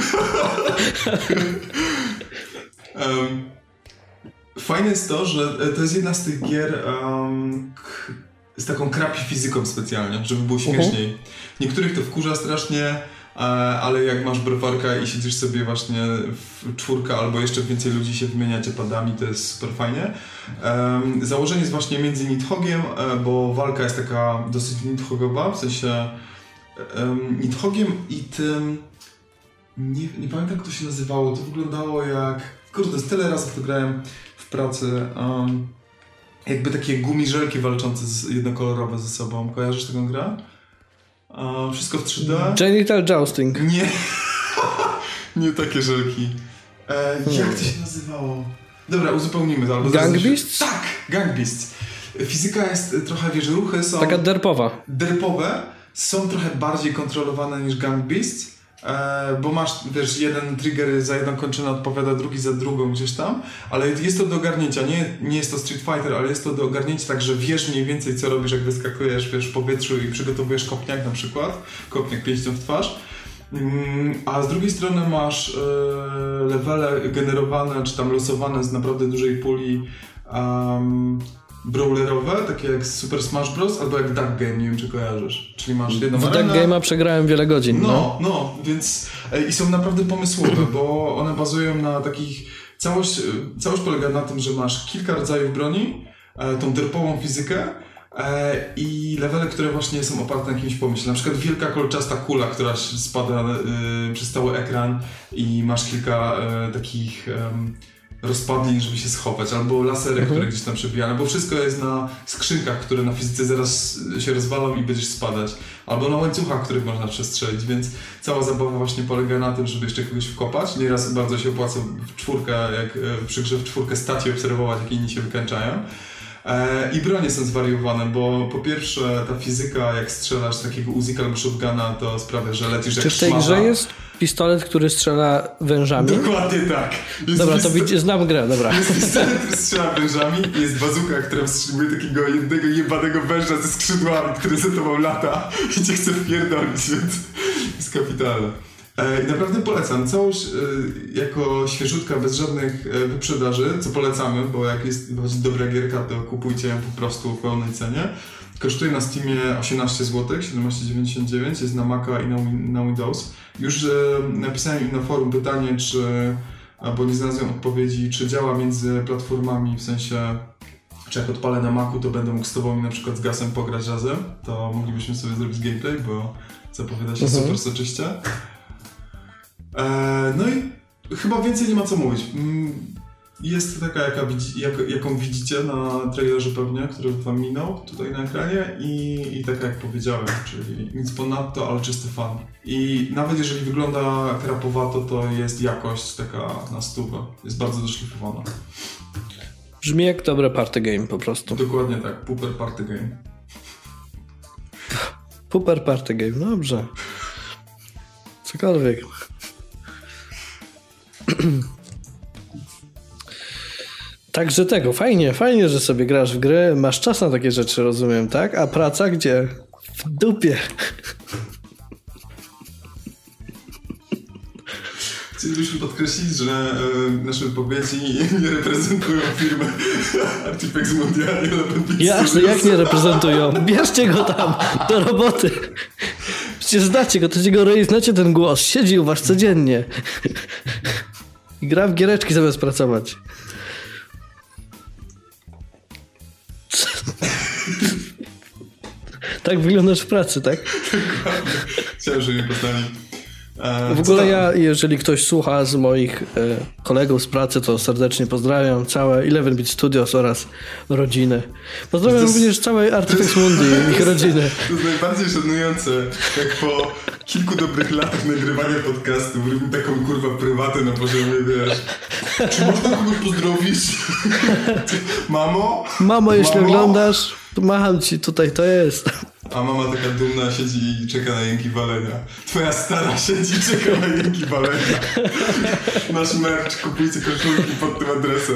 um, fajne jest to, że to jest jedna z tych gier um, k- z taką crappy fizyką specjalnie, żeby było śmieszniej. Uh-huh. Niektórych to wkurza strasznie, ale jak masz browarka i siedzisz sobie właśnie w czwórkę albo jeszcze więcej ludzi się wymieniacie padami, to jest super fajnie. Um, założenie jest właśnie między Nidhoggiem, bo walka jest taka dosyć Nidhoggowa, w sensie um, Nidhoggiem i tym... Nie, nie pamiętam, jak to się nazywało, to wyglądało jak... Kurde, tyle razy w to grałem w pracy. Um, jakby takie gumiżelki walczące z, jednokolorowe ze sobą. Kojarzysz taką grę? Uh, wszystko w trzy D. Genital Jousting. Nie. Nie takie żelki. E, jak to się nazywało? Dobra, uzupełnimy. Albo Gang Beasts? Tak, Gang Beasts. Fizyka jest trochę, wiesz, ruchy są... Taka derpowa. Derpowe. Są trochę bardziej kontrolowane niż Gang Beasts. E, bo masz, wiesz, jeden trigger za jedną kończynę odpowiada, drugi za drugą gdzieś tam, ale jest to do ogarnięcia, nie, nie jest to Street Fighter, ale jest to do ogarnięcia tak, że wiesz mniej więcej co robisz, jak wyskakujesz, wiesz, w powietrzu i przygotowujesz kopniak na przykład, kopniak pięścią w twarz, mm, a z drugiej strony masz e, levele generowane, czy tam losowane z naprawdę dużej puli um, brawlerowe, takie jak Super Smash Bros. Albo jak Duck Game, nie wiem czy kojarzysz. Czyli masz jedną w arenę. Duck Game'a przegrałem wiele godzin. No, no, no więc e, i są naprawdę pomysłowe, bo one bazują na takich... Całość, całość polega na tym, że masz kilka rodzajów broni, e, tą derpową fizykę e, i levele, które właśnie są oparte na jakimś pomyśle. Na przykład wielka kolczasta kula, która spada e, przez cały ekran i masz kilka e, takich... E, rozpadlin, żeby się schować, albo lasery, mhm. które gdzieś tam przebijają, bo wszystko jest na skrzynkach, które na fizyce zaraz się rozwalą i będziesz spadać, albo na łańcuchach, których można przestrzelić, więc cała zabawa właśnie polega na tym, żeby jeszcze kogoś wkopać. Nieraz bardzo się opłaca w czwórkę, jak przy grze w czwórkę stać i obserwować, jak inni się wykańczają. E, I bronie są zwariowane, bo po pierwsze ta fizyka, jak strzelasz z takiego Uzika albo shotguna, to sprawia, że lecisz jak Czy w tej szmata. grze jest pistolet, który strzela wężami? Dokładnie tak. Jest dobra, pist... to widz... znam grę, dobra. Jest pistolet, który strzela wężami i jest bazuka, która wstrzymuje takiego jednego jebanego węża ze skrzydłami, który za tobą lata i cię chce wpierdolić, więc jest kapitalne. I naprawdę polecam. Całość jako świeżutka, bez żadnych wyprzedaży, co polecamy, bo jak jest wychodzi dobra gierka, to kupujcie ją po prostu w pełnej cenie. Kosztuje na Steamie osiemnaście złotych, siedemnaście dziewięćdziesiąt dziewięć, jest na Maca i na, na Windows. Już napisałem im na forum pytanie, czy, bo nie znalazłem odpowiedzi, czy działa między platformami, w sensie, czy jak odpalę na Macu, to będę mógł z tobą i na przykład z Gasem pograć razem, to moglibyśmy sobie zrobić gameplay, bo zapowiada się mhm. super soczyście. Eee, no i chyba więcej nie ma co mówić. Jest taka, jaka widzi, jak, jaką widzicie na trailerze pewnie, który wam minął tutaj na ekranie i, i taka jak powiedziałem, czyli nic ponadto, ale czysty fan. I nawet jeżeli wygląda krapowato, to jest jakość taka na stówę. Jest bardzo doszlifowana. Brzmi jak dobre party game po prostu. Dokładnie tak, Puper party game. Puper party game, dobrze. Cokolwiek. Także tego, fajnie, fajnie, że sobie grasz w gry, masz czas na takie rzeczy, rozumiem, tak? A praca gdzie? W dupie. Chcielibyśmy podkreślić, że e, nasze wypowiedzi nie reprezentują firmy Artifex Mundial. Jasne, jak nie reprezentują? Bierzcie go tam do roboty. Przecież znacie go, to go znacie ten głos, siedzi u was codziennie. I gra w giereczki zamiast pracować. Tak wyglądasz w pracy, tak? Dokładnie. Chciałem, żeby mnie poznali. E, w ogóle ja, jeżeli ktoś słucha z moich e, kolegów z pracy, to serdecznie pozdrawiam całe Eleven Bit Studios oraz rodziny. Pozdrawiam jest, również całej Artifex Mundi i ich rodziny. To jest najbardziej szanujące, jak po kilku dobrych latach nagrywania podcastów robimy taką kurwa prywatę na poziomie, wiesz, czy można kogoś pozdrowić? Mamo? Mamo, jeśli Mamo? oglądasz, to macham ci, tutaj to jest. A mama taka dumna siedzi i czeka na jęki walenia. Twoja stara siedzi i czeka na jęki walenia. Nasz merch, kupujcie koszulki pod tym adresem.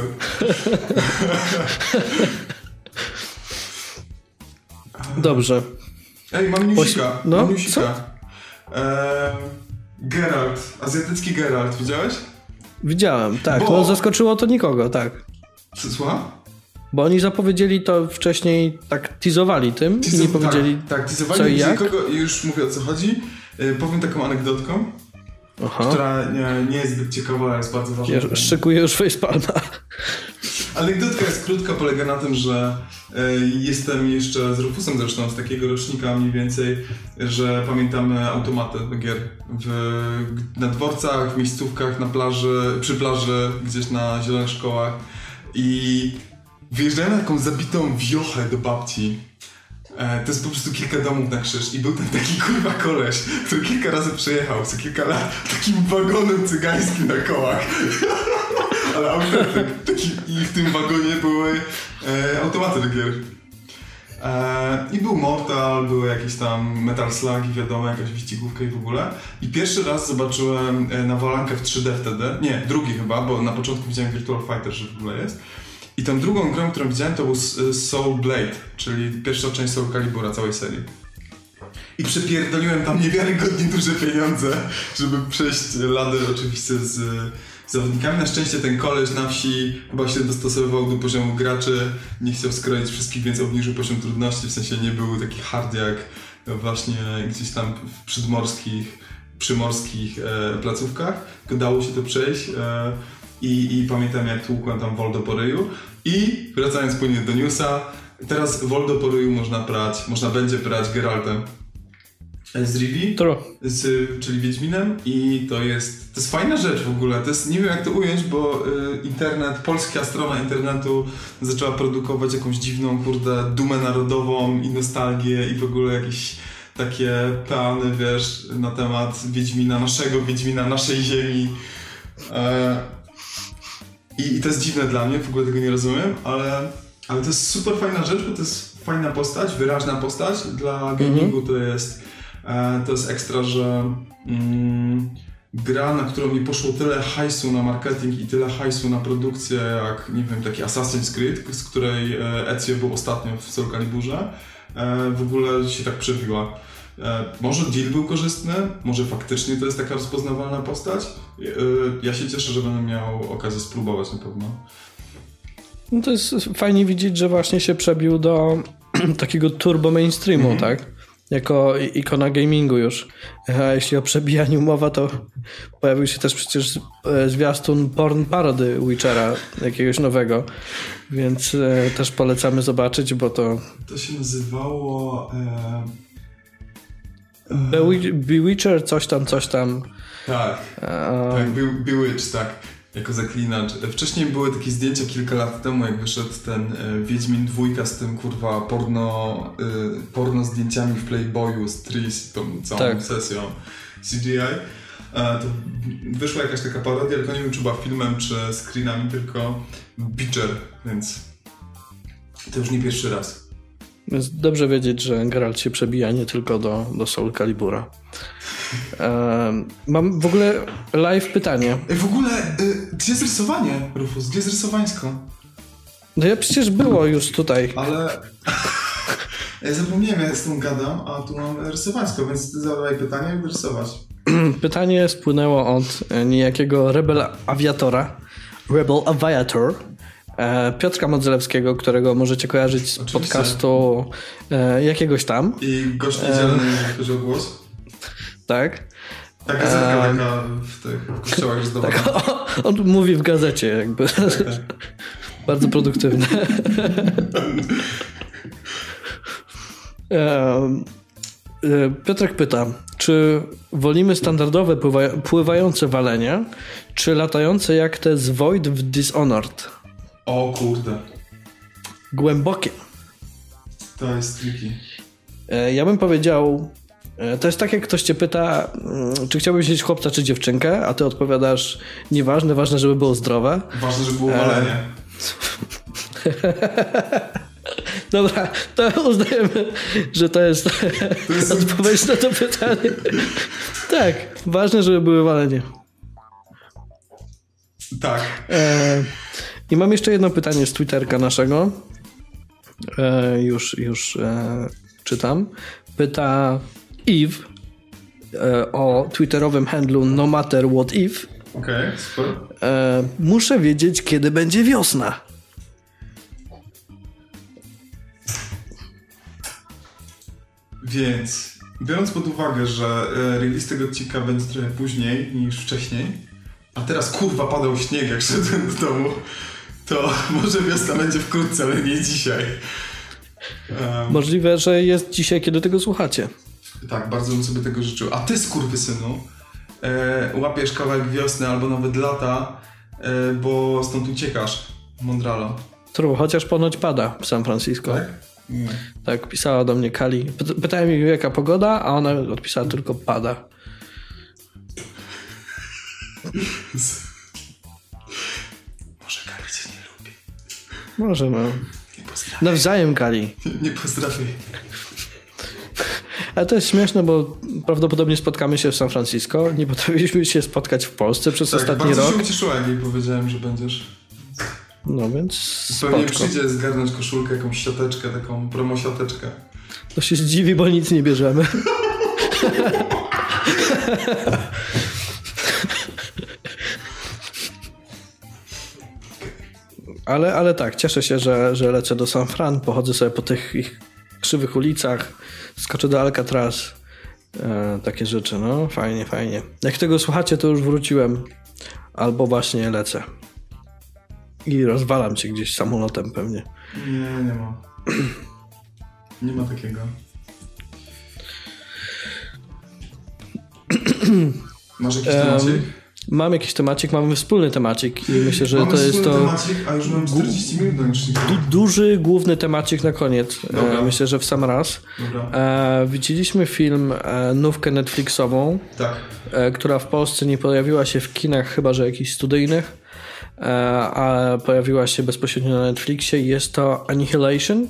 Dobrze. Ej, mam newsika. No, mam newsika. Eee, Geralt, azjatycki Geralt, widziałeś? Widziałem, tak. Bo... No, zaskoczyło to nikogo, tak. Słucham? Bo oni zapowiedzieli to wcześniej, tak teasowali tym Teaso- i nie powiedzieli tak, tak, teasowali co i jak. Nikogo, i już mówię o co chodzi. Yy, powiem taką anegdotką, Aha. która nie, nie jest zbyt ciekawa, ale jest bardzo ważna. Ja szykuję już facepalma. Anegdotka jest krótka, polega na tym, że y, jestem jeszcze z Rufusem zresztą z takiego rocznika mniej więcej, że pamiętamy automaty do gier w, na dworcach, w miejscówkach, na plaży, przy plaży, gdzieś na zielonych szkołach i wyjeżdżałem na taką zabitą wiochę do babci. E, to jest po prostu kilka domów na krzyż i był tam taki kurwa koleś, który kilka razy przejechał co kilka lat takim wagonem cygańskim na kołach. Ale autentyk. Taki, i w tym wagonie były e, automaty do gier. E, I był Mortal, były jakieś tam Metal Slug i wiadomo, jakaś wyścigówka i w ogóle. I pierwszy raz zobaczyłem e, Nawalankę w trzy D wtedy. Nie, drugi chyba, bo na początku widziałem Virtual Fighter, że w ogóle jest. I tą drugą grą, którą widziałem, to był Soul Blade, czyli pierwsza część Soul Calibura całej serii. I przepierdoliłem tam niewiarygodnie duże pieniądze, żeby przejść ladę oczywiście z zawodnikami. Na szczęście ten koleś na wsi chyba się dostosowywał do poziomu graczy, nie chciał skroić wszystkich, więc obniżył poziom trudności, w sensie nie był taki hard jak właśnie gdzieś tam w przedmorskich, przymorskich e, placówkach, tylko dało się to przejść. E, I, I pamiętam, jak tłukłem tam Voldo po ryju. I wracając płynnie do newsa, teraz Voldo po ryju można brać, można będzie brać Geraltem z Rivi, z, czyli Wiedźminem i to jest, to jest fajna rzecz w ogóle. To jest, nie wiem jak to ująć, bo y, internet, polska strona internetu zaczęła produkować jakąś dziwną, kurde, dumę narodową i nostalgię i w ogóle jakieś takie plany, wiesz, na temat Wiedźmina, naszego Wiedźmina, naszej ziemi. E, I, I to jest dziwne dla mnie, w ogóle tego nie rozumiem, ale Ale to jest super fajna rzecz, bo to jest fajna postać, wyraźna postać. Dla gamingu mm-hmm. to jest e, to jest ekstra, że mm, gra, na którą mi poszło tyle hajsu na marketing i tyle hajsu na produkcję, jak, nie wiem, taki Assassin's Creed, z której Ezio był ostatnio w Soul Caliburze, e, w ogóle się tak przebiła. E, może deal był korzystny, może faktycznie to jest taka rozpoznawalna postać. E, ja się cieszę, że będę miał okazję spróbować na pewno. No to jest fajnie widzieć, że właśnie się przebił do takiego turbo mainstreamu, mm-hmm. tak? Jako ikona gamingu już. A jeśli o przebijaniu mowa, to pojawił się też przecież zwiastun porn parody Witchera, jakiegoś nowego, więc e, też polecamy zobaczyć, bo to... To się nazywało... E... E... Bewitcher, coś tam, coś tam. Tak, e... tak, Bewitch, tak. Jako zaklinacz. Wcześniej były takie zdjęcia kilka lat temu, jak wyszedł ten e, Wiedźmin dwójka z tym kurwa porno, e, porno zdjęciami w Playboyu z Tris, tą całą tak. sesją C G I. E, to wyszła jakaś taka parodia, tylko nie wiem, czy była filmem, czy screenami, tylko Beacher, więc to już nie pierwszy raz. Jest dobrze wiedzieć, że Geralt się przebija nie tylko do, do Soul Calibura. Um, mam w ogóle live pytanie. W ogóle, y, gdzie jest rysowanie, Rufus? Gdzie jest rysowańsko? No ja przecież było już tutaj. Ale ja zapomniałem, ja z tą gadam, a tu mam rysowańsko, więc ty zadawaj pytanie, jak rysować. Pytanie spłynęło od niejakiego Rebel Aviatora, Rebel Aviator, Piotrka Modzelewskiego, którego możecie kojarzyć z Oczywiście. podcastu e, jakiegoś tam. I gość niedzielny, jeżeli chodzi o głos. Tak. Taka gazetka um, taka w tych kościołach już zdawana. Tak, on, on mówi w gazecie jakby. Tak, tak. Bardzo produktywne. um, Piotrek pyta, czy wolimy standardowe pływa, pływające walenie, czy latające jak te z Void w Dishonored? O kurde. Głębokie. To jest tricky. Ja bym powiedział, to jest tak, jak ktoś cię pyta, czy chciałbyś mieć chłopca czy dziewczynkę, a ty odpowiadasz, nieważne, ważne, żeby było zdrowe. Ważne, żeby było walenie. Dobra, to uznajemy, że to jest, to jest odpowiedź na to pytanie. Tak, ważne, żeby były walenie. Tak. E, I mam jeszcze jedno pytanie z Twitterka naszego. E, już już e, czytam. Pyta Eve e, o twitterowym handlu No Matter What If. Okej, okay, super. E, muszę wiedzieć, kiedy będzie wiosna. Więc, biorąc pod uwagę, że e, release tego odcinka będzie trochę później niż wcześniej, a teraz kurwa padał śnieg, jak szedłem do domu, to może wiosna będzie wkrótce, ale nie dzisiaj. Um, Możliwe, że jest dzisiaj, kiedy tego słuchacie. Tak, bardzo bym sobie tego życzył. A ty, skurwysynu, e, łapiesz kawałek wiosny albo nawet lata, e, bo stąd uciekasz, Mondralo. True, chociaż ponoć pada w San Francisco. Tak? Nie. Tak, pisała do mnie Kali. Pytałem jej, jaka pogoda, a ona odpisała tylko pada. Może Kali cię nie lubi. Może, no. Nie pozdrawiaj. Nawzajem Kali. Nie, nie pozdrawiaj. Ale to jest śmieszne, bo prawdopodobnie spotkamy się w San Francisco. Nie potrafiliśmy się spotkać w Polsce przez tak, ostatni bardzo rok. Bardzo się ucieszyłem, jak powiedziałem, że będziesz. No więc pewnie przyjdzie zgarnąć koszulkę, jakąś siateczkę, taką promosiateczkę. To się zdziwi, bo nic nie bierzemy. ale, ale tak, cieszę się, że, że lecę do San Fran, pochodzę sobie po tych ich krzywych ulicach, skoczę do Alcatraz. E, takie rzeczy, no fajnie, fajnie. Jak tego słuchacie, to już wróciłem. Albo właśnie lecę. I rozwalam cię gdzieś samolotem pewnie. Nie, nie ma. Nie ma takiego. Masz jakiś temacik? Um, mam jakiś temacik, mamy wspólny temacik i myślę, że mamy to jest to temacik, a już mam czterdzieści minut do du- duży, główny temacik na koniec. E, myślę, że w sam raz. E, widzieliśmy film e, nówkę Netflixową, tak. e, która w Polsce nie pojawiła się w kinach, chyba że jakichś studyjnych. a pojawiła się bezpośrednio na Netflixie. Jest to Annihilation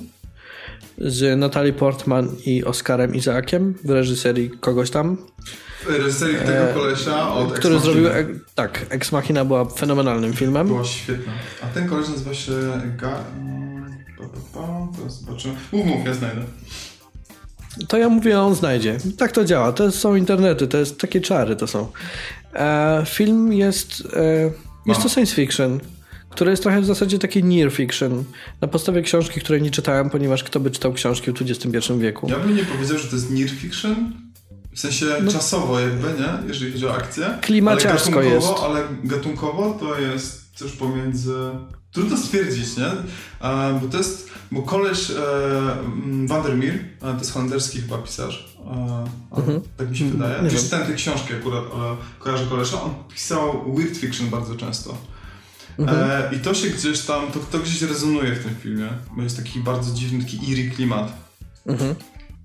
z Natalie Portman i Oscarem Isaakiem w reżyserii kogoś tam. W reżyserii tego kolesia od który zrobił, tak, Ex Machina była fenomenalnym filmem. Była świetna. A ten koleś nazywa się Ga... Pa, pa, pa. To zobaczymy. Mów, mów, ja znajdę. To ja mówię, a on znajdzie. Tak to działa. To są internety, to jest takie czary to są. E, film jest e, jest to science fiction, które jest trochę w zasadzie taki near fiction, na podstawie książki, której nie czytałem, ponieważ kto by czytał książki w dwudziestym pierwszym wieku. Ja bym nie powiedział, że to jest near fiction, w sensie no, czasowo jakby, nie? Jeżeli chodzi o akcję. Klimaciarsko ale jest. Ale gatunkowo to jest coś pomiędzy... Trudno stwierdzić, nie? A, bo to jest... Bo koleś e, Vandermeer, to jest holenderski chyba pisarz, e, mhm. tak mi się wydaje. Nie czytałem tej książki akurat, ale kojarzę kolesza. On pisał weird fiction bardzo często. Mhm. E, I to się gdzieś tam, to, to gdzieś rezonuje w tym filmie, bo jest taki bardzo dziwny, taki eerie klimat. Mhm.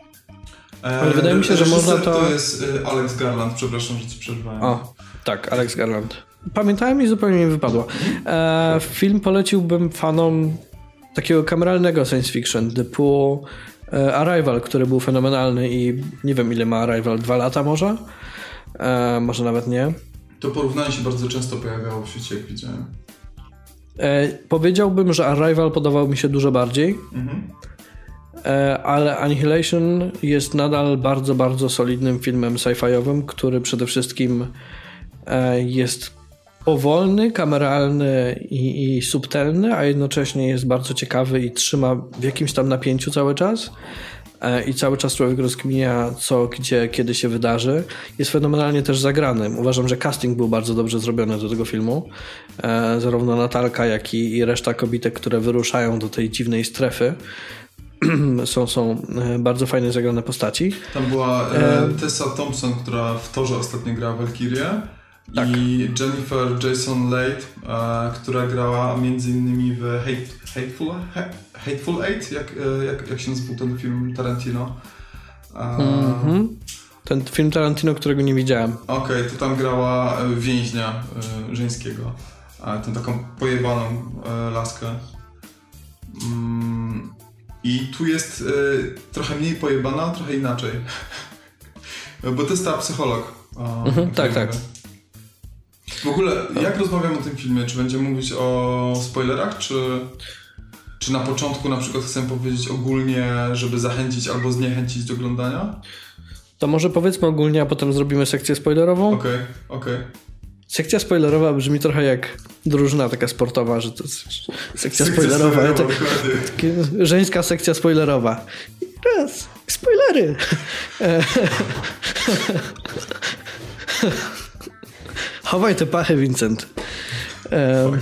E, ale wydaje mi się, że można to... To jest Alex Garland, przepraszam, że ci przerwałem. O, tak, Alex Garland. Pamiętałem i zupełnie mi wypadło. E, film poleciłbym fanom takiego kameralnego science fiction typu e, Arrival, który był fenomenalny i nie wiem ile ma Arrival, dwa lata może? E, może nawet nie. To porównanie się bardzo często pojawiało w świecie, jak widziałem. E, powiedziałbym, że Arrival podobał mi się dużo bardziej, mhm. e, ale Annihilation jest nadal bardzo, bardzo solidnym filmem sci-fiowym, który przede wszystkim e, jest powolny, kameralny i, i subtelny, a jednocześnie jest bardzo ciekawy i trzyma w jakimś tam napięciu cały czas e, i cały czas człowiek rozkminia co, gdzie, kiedy się wydarzy. Jest fenomenalnie też zagrany. Uważam, że casting był bardzo dobrze zrobiony do tego filmu. E, zarówno Natalka, jak i, i reszta kobitek, które wyruszają do tej dziwnej strefy są, są bardzo fajnie zagrane postaci. Tam była e, Tessa Thompson, która w Torze ostatnio grała Valkyrię. Tak. I Jennifer Jason Leigh, e, która grała między innymi w Hate, Hateful, ha, Hateful Eight, jak, jak, jak się nazywał ten film Tarantino. E, mm-hmm. Ten film Tarantino, którego nie widziałem. Okej, okay, to tam grała więźnia e, żeńskiego. E, tą taką pojebaną e, laskę. Mm, I tu jest e, trochę mniej pojebana, trochę inaczej. Bo to jest ta psycholog. E, mm-hmm, tak, tak. W ogóle, jak rozmawiam o tym filmie? Czy będziemy mówić o spoilerach, czy, czy na początku na przykład chcę powiedzieć ogólnie, żeby zachęcić albo zniechęcić do oglądania? To może powiedzmy ogólnie, a potem zrobimy sekcję spoilerową? Okej, okay, okej. Okay. Sekcja spoilerowa brzmi trochę jak drużyna taka sportowa, że to jest sekcja spoilerowa. spoilerowa tak, tak, żeńska sekcja spoilerowa. Raz, spoilery! Chowaj te pachy, Vincent. E,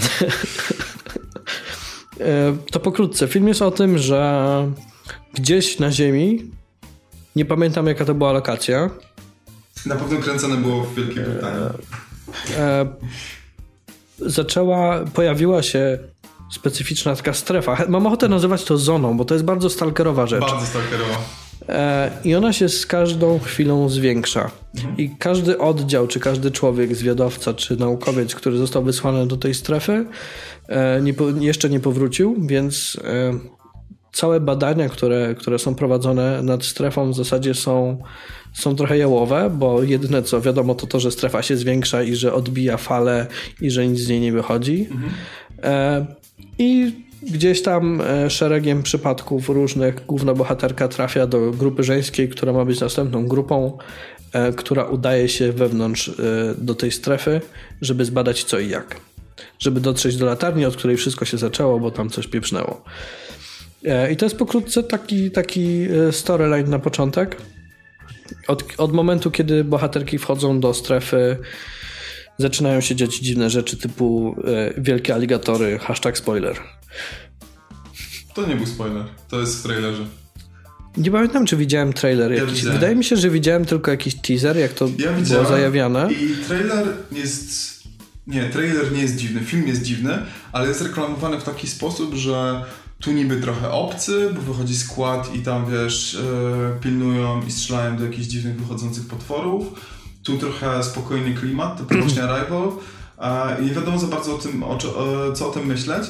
e, to pokrótce. Film jest o tym, że gdzieś na Ziemi, nie pamiętam jaka to była lokacja. Na pewno kręcone było w Wielkiej Brytanii. E, e, zaczęła, pojawiła się specyficzna taka strefa. Mam ochotę nazywać to zoną, bo to jest bardzo stalkerowa rzecz. Bardzo stalkerowa. I ona się z każdą chwilą zwiększa. Mhm. I każdy oddział, czy każdy człowiek, zwiadowca, czy naukowiec, który został wysłany do tej strefy, nie, jeszcze nie powrócił, więc całe badania, które, które są prowadzone nad strefą w zasadzie są, są trochę jałowe, bo jedyne co wiadomo to to, że strefa się zwiększa i że odbija falę i że nic z niej nie wychodzi. Mhm. I gdzieś tam szeregiem przypadków różnych główna bohaterka trafia do grupy żeńskiej, która ma być następną grupą, która udaje się wewnątrz do tej strefy, żeby zbadać co i jak. Żeby dotrzeć do latarni, od której wszystko się zaczęło, bo tam coś pieprznęło. I to jest pokrótce taki, taki storyline na początek. Od, od momentu, kiedy bohaterki wchodzą do strefy, zaczynają się dziać dziwne rzeczy typu e, wielkie aligatory, hashtag spoiler. To nie był spoiler, to jest w trailerze. Nie pamiętam, czy widziałem trailer ja jakiś. Wydaje mi się, że widziałem tylko jakiś teaser, jak to ja było zajawiane. I trailer jest... Nie, trailer nie jest dziwny, film jest dziwny, ale jest reklamowany w taki sposób, że tu niby trochę obcy, bo wychodzi skład i tam, wiesz, yy, pilnują i strzelają do jakichś dziwnych wychodzących potworów. Tu trochę spokojny klimat, to właśnie Arrival. I nie wiadomo za bardzo o tym, o, co o tym myśleć.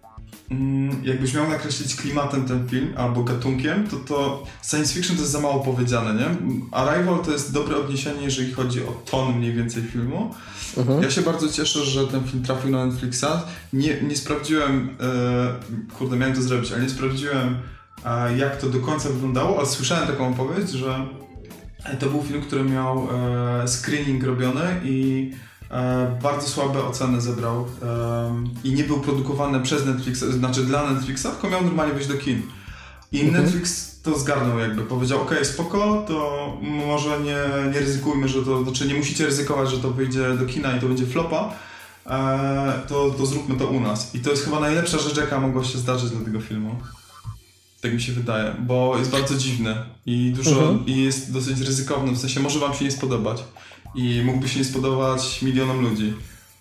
Jakbyś miał nakreślić klimatem ten film albo gatunkiem, to to science fiction to jest za mało powiedziane, nie? Arrival to jest dobre odniesienie, jeżeli chodzi o ton mniej więcej filmu. Uh-huh. Ja się bardzo cieszę, że ten film trafił na Netflixa. Nie, nie sprawdziłem, e, kurde, miałem to zrobić, ale nie sprawdziłem, e, jak to do końca wyglądało, ale słyszałem taką opowieść, że to był film, który miał e, screening robiony i E, bardzo słabe oceny zebrał e, i nie był produkowany przez Netflixa, znaczy dla Netflixa, tylko miał normalnie wyjść do kin. I mhm. Netflix to zgarnął jakby, powiedział okej, okay, spoko, to może nie, nie ryzykujmy, że to, znaczy nie musicie ryzykować, że to wyjdzie do kina i to będzie flopa, e, to, to zróbmy to u nas. I to jest chyba najlepsza rzecz, jaka mogła się zdarzyć dla tego filmu. Tak mi się wydaje, bo jest bardzo dziwny i dużo, mhm. i jest dosyć ryzykowny, w sensie może wam się nie spodobać. I mógłby się nie spodobać milionom ludzi.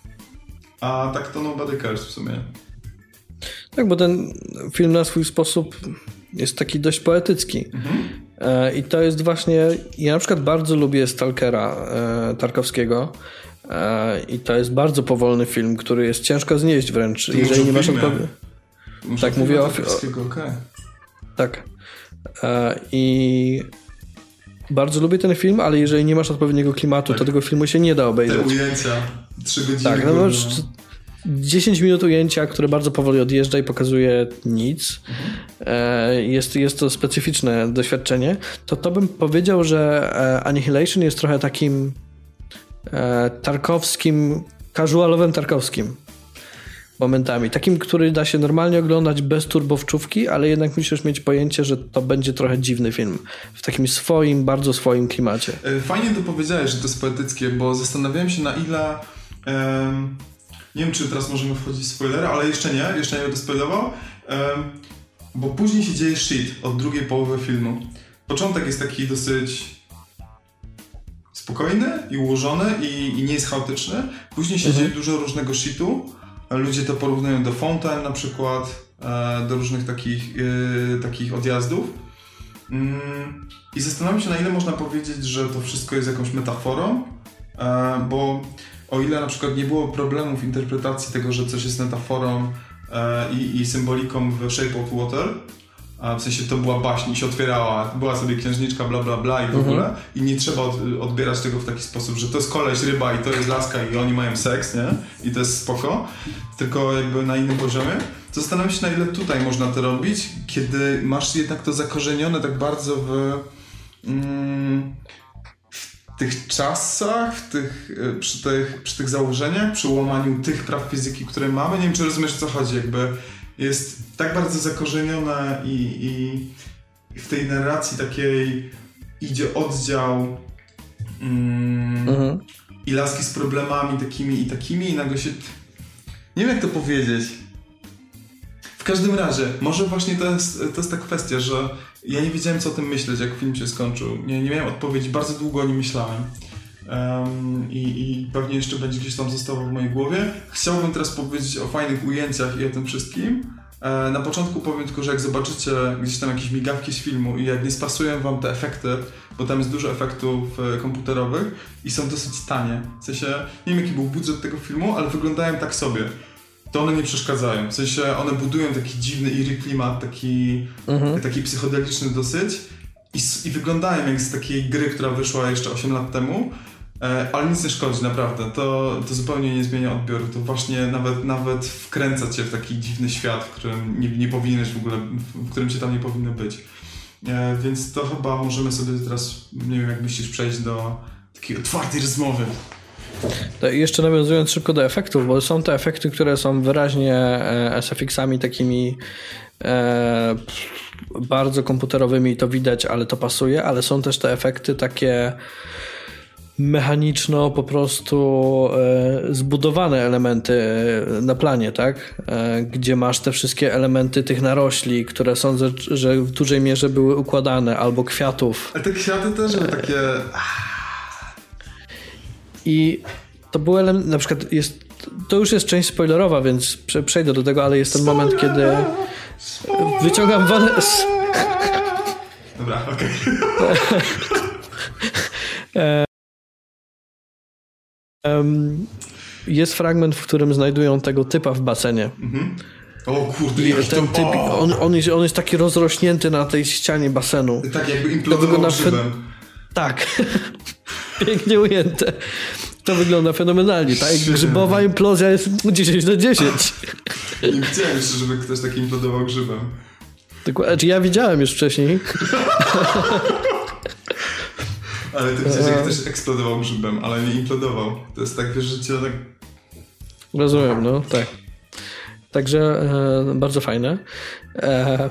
A tak to nobody cares w sumie. Tak, bo ten film na swój sposób jest taki dość poetycki. Mhm. E, I to jest właśnie... Ja na przykład bardzo lubię Stalkera e, Tarkowskiego. E, I to jest bardzo powolny film, który jest ciężko znieść wręcz. To jeżeli nie masz odpowiedzi. Tak, mówię o... Tarkowskiego, okej. Okay. Tak. E, I... Bardzo lubię ten film, ale jeżeli nie masz odpowiedniego klimatu, tak. to tego filmu się nie da obejrzeć. Te ujęcia, trzy godziny. Tak, no masz dziesięć minut ujęcia, które bardzo powoli odjeżdża i pokazuje nic. Mhm. Jest, jest to specyficzne doświadczenie. To to bym powiedział, że Annihilation jest trochę takim tarkowskim, casualowym tarkowskim. Momentami. Takim, który da się normalnie oglądać bez turbowczówki, ale jednak musisz mieć pojęcie, że to będzie trochę dziwny film. W takim swoim, bardzo swoim klimacie. Fajnie to powiedziałeś, że to jest poetyckie, bo zastanawiałem się na ile... Um, nie wiem, czy teraz możemy wchodzić w spoilery, ale jeszcze nie, jeszcze nie będę spoilował. Um, bo później się dzieje shit od drugiej połowy filmu. Początek jest taki dosyć spokojny i ułożony i, i nie jest chaotyczny. Później się mhm. dzieje dużo różnego shitu. Ludzie to porównują do Fountain na przykład, do różnych takich, yy, takich odjazdów. Yy, I zastanawiam się, na ile można powiedzieć, że to wszystko jest jakąś metaforą, yy, bo o ile na przykład nie było problemu w interpretacji tego, że coś jest metaforą yy, i, i symboliką w Shape of Water, a w sensie to była baśń i się otwierała, była sobie księżniczka bla bla bla i w mhm. ogóle i nie trzeba od, odbierać tego w taki sposób, że to jest koleś, ryba i to jest laska i oni mają seks, nie? I to jest spoko, tylko jakby na innym poziomie. Zastanawiam się, na ile tutaj można to robić, kiedy masz jednak to zakorzenione tak bardzo w, mm, w tych czasach, w tych, przy, tych, przy tych założeniach, przy łamaniu tych praw fizyki, które mamy. Nie wiem, czy rozumiesz, o co chodzi, jakby jest tak bardzo zakorzenione i, i w tej narracji takiej idzie oddział mm, mhm. i laski z problemami takimi i takimi i nagle się... Nie wiem, jak to powiedzieć. W każdym razie, może właśnie to jest, to jest ta kwestia, że ja nie wiedziałem, co o tym myśleć, jak film się skończył. Nie, nie miałem odpowiedzi, bardzo długo o nim myślałem. Um, i, i pewnie jeszcze będzie gdzieś tam zostało w mojej głowie. Chciałbym teraz powiedzieć o fajnych ujęciach i o tym wszystkim. E, na początku powiem tylko, że jak zobaczycie gdzieś tam jakieś migawki z filmu i jak nie spasują wam te efekty, bo tam jest dużo efektów e, komputerowych i są dosyć tanie. W sensie, nie wiem jaki był budżet tego filmu, ale wyglądają tak sobie. To one nie przeszkadzają. W sensie one budują taki dziwny eerie klimat, taki, mhm. taki psychodeliczny dosyć i, i wyglądają jak z takiej gry, która wyszła jeszcze osiem lat temu. Ale nic nie szkodzi, naprawdę. To, to zupełnie nie zmienia odbioru. To właśnie nawet, nawet wkręca cię w taki dziwny świat, w którym nie, nie powinieneś w ogóle, w którym cię tam nie powinno być. E, więc to chyba możemy sobie teraz, nie wiem jak myślisz, przejść do takiej otwartej rozmowy. To jeszcze nawiązując szybko do efektów, bo są te efekty, które są wyraźnie S F X-ami takimi e, bardzo komputerowymi i to widać, ale to pasuje, ale są też te efekty takie mechaniczno po prostu e, zbudowane elementy na planie, tak? E, gdzie masz te wszystkie elementy tych narośli, które sądzę, że w dużej mierze były układane, albo kwiatów. Ale te kwiaty też były takie... I to był element, na przykład jest, to już jest część spoilerowa, więc prze, przejdę do tego, ale jest ten moment, kiedy wyciągam wanę... Dobra, okej. Okay. Um, jest fragment, w którym znajdują tego typa w basenie. Mhm. O kurde, I ten to... typ, on, on, jest, on jest taki rozrośnięty na tej ścianie basenu. Tak jakby implodował grzybem. Tak. Pięknie ujęte. To wygląda fenomenalnie. Ta grzybowa implozja jest dziesięć na dziesięć. Nie widziałem jeszcze, żeby ktoś tak implodował grzybem. Znaczy ja widziałem już wcześniej. Ale ty widziałeś, jak ktoś eksplodował grzybem, ale nie implodował. To jest tak, wiesz, że cię tak... Rozumiem, no tak. Także e, bardzo fajne. E,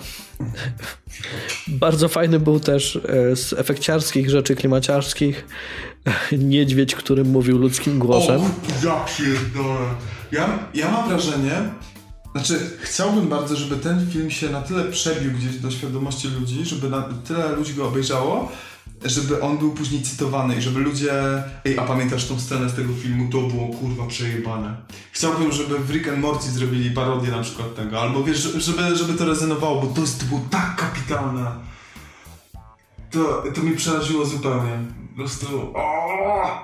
bardzo fajny był też e, z efekciarskich rzeczy klimaciarskich e, niedźwiedź, który mówił ludzkim głosem. O, ja pierdolę. Ja, ja mam wrażenie, znaczy chciałbym bardzo, żeby ten film się na tyle przebił gdzieś do świadomości ludzi, żeby na tyle ludzi go obejrzało, żeby on był później cytowany i żeby ludzie... Ej, a pamiętasz tą scenę z tego filmu? To było kurwa przejebane. Chciałbym, żeby w Rick and Morty zrobili parodię na przykład tego, albo wiesz, żeby, żeby to rezonowało, bo to, jest, to było tak kapitalne. To, to mi przeraziło zupełnie. Po prostu... O!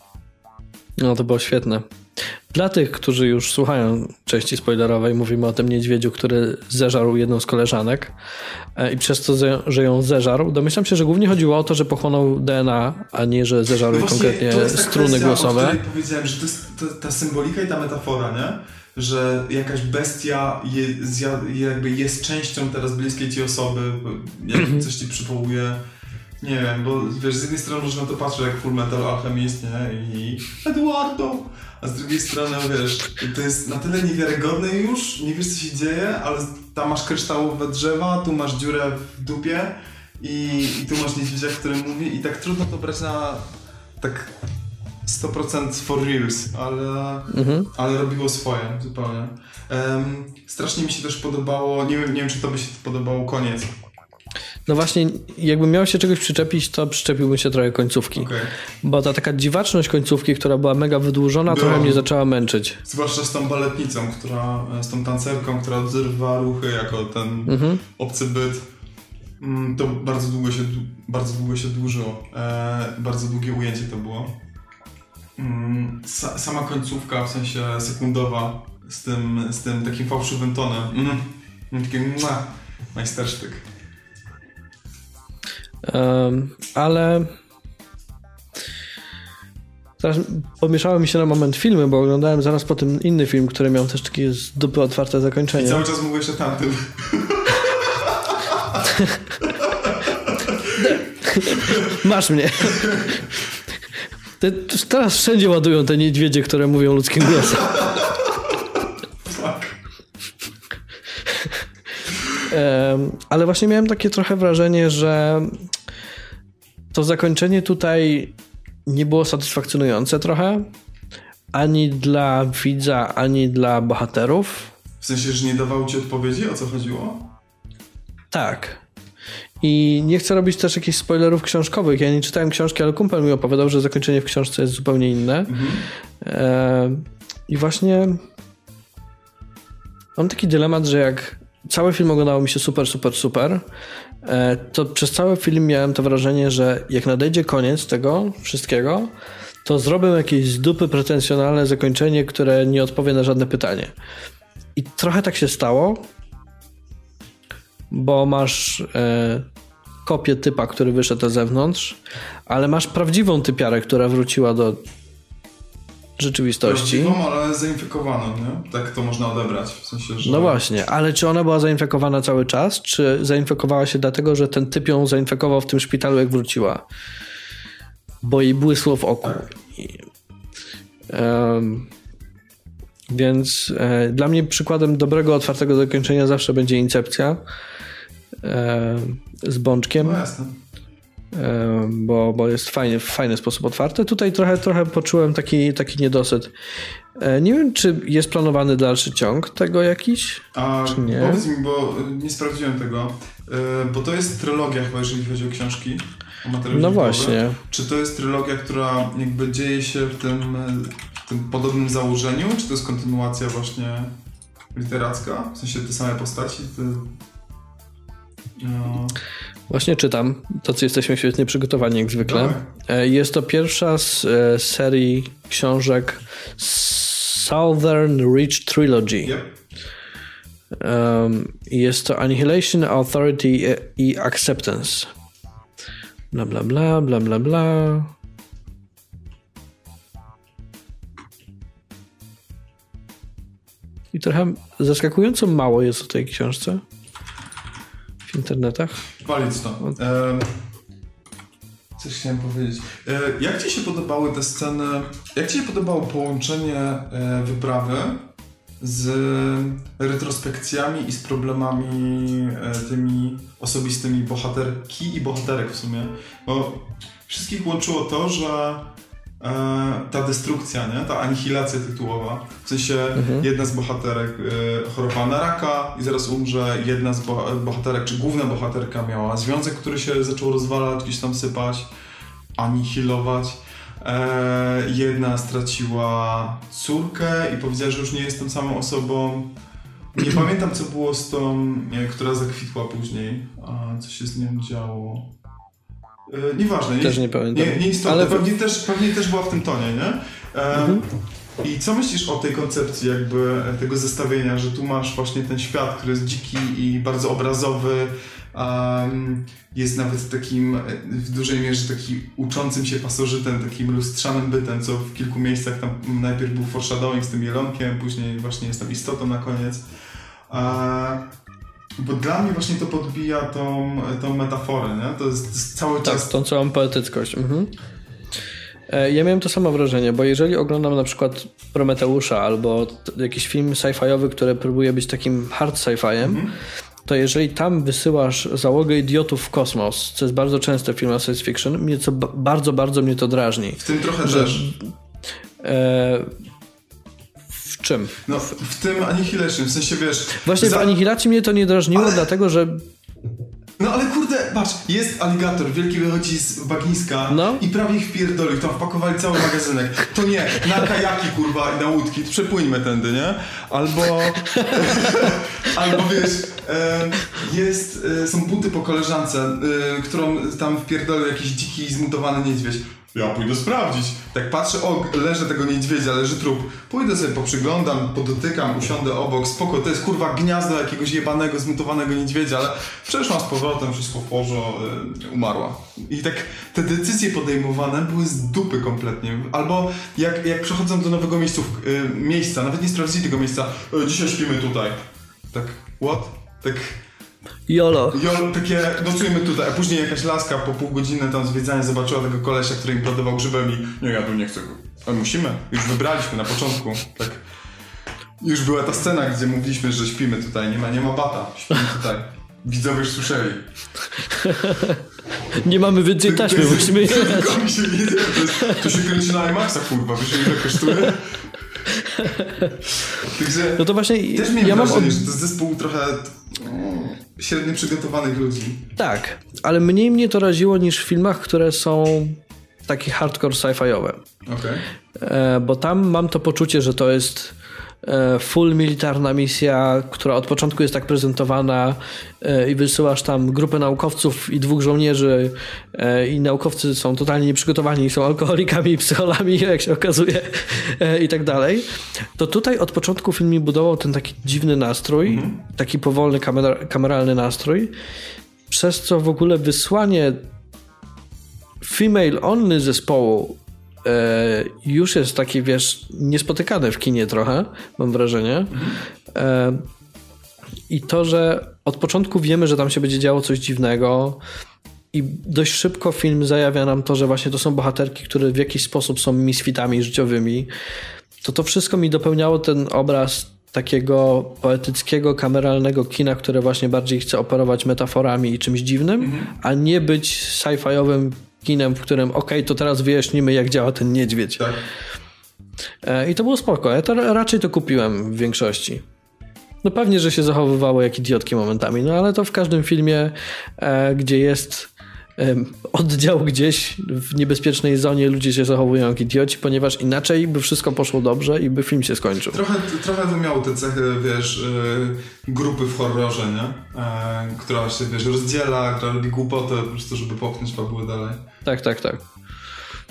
No to było świetne. Dla tych, którzy już słuchają części spoilerowej, mówimy o tym niedźwiedziu, który zeżarł jedną z koleżanek i przez to, że ją zeżarł, domyślam się, że głównie chodziło o to, że pochłonął D N A, a nie, że zeżarł no konkretnie struny kwestia, głosowe. O powiedziałem, że to jest to, ta symbolika i ta metafora, nie? Że jakaś bestia je, zja, jakby jest częścią teraz bliskiej ci osoby, jak coś ci przywołuje. Nie wiem, bo wiesz, z jednej strony można to patrzeć jak Full Metal Alchemist, nie? I Eduardo! A z drugiej strony, wiesz, to jest na tyle niewiarygodne już, nie wiesz co się dzieje, ale tam masz kryształowe drzewa, tu masz dziurę w dupie i, i tu masz niedźwiedzia, który mówi i tak trudno to brać na tak sto procent for reals, ale, mhm. ale robiło swoje zupełnie. Um, strasznie mi się też podobało, nie wiem, nie wiem czy to by się podobało, koniec. No właśnie, jakbym miał się czegoś przyczepić, to przyczepiłbym się trochę końcówki. Okay. Bo ta taka dziwaczność końcówki, która była mega wydłużona, Było. trochę mnie zaczęła męczyć. Zwłaszcza z tą baletnicą, która, z tą tancerką, która odzywa ruchy jako ten mhm. obcy byt. To bardzo długo się, bardzo długo się dłużyło. E, bardzo długie ujęcie to było. Sa, sama końcówka, w sensie sekundowa, z tym, z tym takim fałszywym tonem. Mm. Taki mua, majstersztyk. Um, ale teraz pomieszały mi się na moment filmy, bo oglądałem zaraz po tym inny film, który miał też takie z dupy otwarte zakończenie. I cały czas mówisz o tamtym. Masz mnie. Te, teraz wszędzie ładują te niedźwiedzie, które mówią ludzkim głosem. Um, ale właśnie miałem takie trochę wrażenie, że to zakończenie tutaj nie było satysfakcjonujące trochę, ani dla widza, ani dla bohaterów. W sensie, że nie dawało ci odpowiedzi, o co chodziło? Tak. I nie chcę robić też jakichś spoilerów książkowych. Ja nie czytałem książki, ale kumpel mi opowiadał, że zakończenie w książce jest zupełnie inne. Mhm. E, I właśnie mam taki dylemat, że jak cały film oglądało mi się super, super, super, to przez cały film miałem to wrażenie, że jak nadejdzie koniec tego wszystkiego, to zrobię jakieś z dupy pretensjonalne zakończenie, które nie odpowie na żadne pytanie. I trochę tak się stało, bo masz e, kopię typa, który wyszedł na zewnątrz, ale masz prawdziwą typiarę, która wróciła do rzeczywistości. Prawdziwą, ale zainfekowaną, nie? Tak to można odebrać. W sensie, że... No właśnie, ale czy ona była zainfekowana cały czas, czy zainfekowała się dlatego, że ten typ ją zainfekował w tym szpitalu, jak wróciła? Bo jej błysło w oku. Tak. I, um, więc e, dla mnie przykładem dobrego, otwartego zakończenia zawsze będzie Incepcja e, z Bączkiem. No jasne. Bo, bo jest fajnie, w fajny sposób otwarte. Tutaj trochę, trochę poczułem taki, taki niedosyt. Nie wiem, czy jest planowany dalszy ciąg tego jakiś, A, czy nie? Powiedz mi, bo nie sprawdziłem tego, bo to jest trylogia chyba, jeżeli chodzi o książki. O materiał no właśnie. Czy to jest trylogia, która jakby dzieje się w tym, w tym podobnym założeniu, czy to jest kontynuacja właśnie literacka? W sensie te same postaci? Te... No. Właśnie czytam. Tacy jesteśmy świetnie przygotowani jak zwykle. Dawaj. Jest to pierwsza z serii książek z Southern Reach Trilogy. Yep. Um, jest to Annihilation, Authority i Acceptance. Bla, bla, bla, bla, bla, bla. I trochę zaskakująco mało jest o tej książce w internetach. Walić to. E, coś chciałem powiedzieć. E, jak ci się podobały te sceny, jak ci się podobało połączenie e, wyprawy z retrospekcjami i z problemami e, tymi osobistymi bohaterki i bohaterek w sumie? Bo wszystkich łączyło to, że ta destrukcja, nie? Ta anihilacja tytułowa. W sensie mhm. jedna z bohaterek y, chorowała na raka i zaraz umrze. Jedna z bo- bohaterek, czy główna bohaterka miała związek, który się zaczął rozwalać, gdzieś tam sypać, anihilować. E, jedna straciła córkę i powiedziała, że już nie jest tą samą osobą. Nie pamiętam, co było z tą, nie, która zakwitła później. A co się z nią działo. Yy, nieważne, nie, też nie pamiętam. Nie, nie istotne. Ale pewnie też, pewnie też była w tym tonie, nie? E, mhm. I co myślisz o tej koncepcji jakby tego zestawienia, że tu masz właśnie ten świat, który jest dziki i bardzo obrazowy, um, jest nawet takim w dużej mierze taki uczącym się pasożytem, takim lustrzanym bytem, co w kilku miejscach tam najpierw był foreshadowing z tym jelonkiem, później właśnie jest tam istotą na koniec. E, Bo dla mnie właśnie to podbija tą, tą metaforę, nie? To jest, to jest cały czas... Tak, tą całą poetyckość. Mhm. Ja miałem to samo wrażenie, bo jeżeli oglądam na przykład Prometeusza albo t- jakiś film sci-fiowy, który próbuje być takim hard sci-fiem, mhm. to jeżeli tam wysyłasz załogę idiotów w kosmos, co jest bardzo częste w filmach science fiction, mnie co b- bardzo, bardzo mnie to drażni. W tym trochę że, też. E- W czym? No, w tym Annihilation, w sensie wiesz... Właśnie za... w Annihilacji mnie to nie drażniło, ale... dlatego że... No ale kurde, patrz, jest aligator, wielki wychodzi z bagniska no. i prawie ich wpierdolił, tam wpakowali cały magazynek. To nie, na kajaki kurwa i na łódki, przepłyńmy tędy, nie? Albo... albo wiesz, jest, są buty po koleżance, którą tam wpierdolił jakiś dziki zmutowany niedźwiedź. Ja pójdę sprawdzić. Tak patrzę, o, leży tego niedźwiedzia, leży trup. Pójdę sobie poprzyglądam, podotykam, usiądę obok, spoko, to jest kurwa gniazdo jakiegoś jebanego, zmutowanego niedźwiedzia, ale przeszła z powrotem, wszystko w porządku, yy, umarła. I tak te decyzje podejmowane były z dupy kompletnie. Albo jak, jak przechodzą do nowego miejsców, yy, miejsca, nawet nie sprawdzili tego miejsca, yy, dzisiaj śpimy tutaj. Tak, what? Tak... Jolo. Jolo, takie, nocujemy tutaj, a później jakaś laska po pół godziny tam zwiedzania zobaczyła tego kolesia, który im prodawał grzybem i nie, ja tu nie chcę go. Ale musimy, już wybraliśmy na początku, tak. Już była ta scena, gdzie mówiliśmy, że śpimy tutaj, nie ma, nie ma bata, śpimy tutaj. Widzowie już słyszeli. Nie mamy więcej taśmy, musimy jechać. To się kręci na IMAXa, kurwa, wiesz ile kosztuje? Także no to właśnie też miałem ja wrażenie, mam... że to jest zespół trochę średnio przygotowanych ludzi. Tak, ale mniej mnie to raziło niż w filmach, które są takie hardcore sci-fiowe. Okay. E, bo tam mam to poczucie, że to jest e, full militarna misja, która od początku jest tak prezentowana e, i wysyłasz tam grupę naukowców i dwóch żołnierzy e, i naukowcy są totalnie nieprzygotowani, są alkoholikami i psycholami, jak się okazuje e, i tak dalej. To tutaj od początku film mi budował ten taki dziwny nastrój, mhm. taki powolny kamer- kameralny nastrój, przez co w ogóle wysłanie female-only zespołu e, już jest takie, wiesz, niespotykane w kinie trochę, mam wrażenie. E, I to, że od początku wiemy, że tam się będzie działo coś dziwnego i dość szybko film zajawia nam to, że właśnie to są bohaterki, które w jakiś sposób są misfitami życiowymi, to to wszystko mi dopełniało ten obraz takiego poetyckiego, kameralnego kina, które właśnie bardziej chce operować metaforami i czymś dziwnym, mhm. a nie być sci-fiowym kinem, w którym okej, okay, to teraz wyjaśnimy, jak działa ten niedźwiedź. Tak. I to było spoko. Ja to raczej to kupiłem w większości. No pewnie, że się zachowywało jak idiotki momentami, no ale to w każdym filmie, e, gdzie jest e, oddział gdzieś w niebezpiecznej zonie, ludzie się zachowują jak idioci, ponieważ inaczej by wszystko poszło dobrze i by film się skończył. Trochę, trochę by miał te cechy, wiesz, e, grupy w horrorze, nie? E, która się, wiesz, rozdziela, która robi głupotę po prostu, żeby popchnąć fabułę dalej. Tak, tak, tak.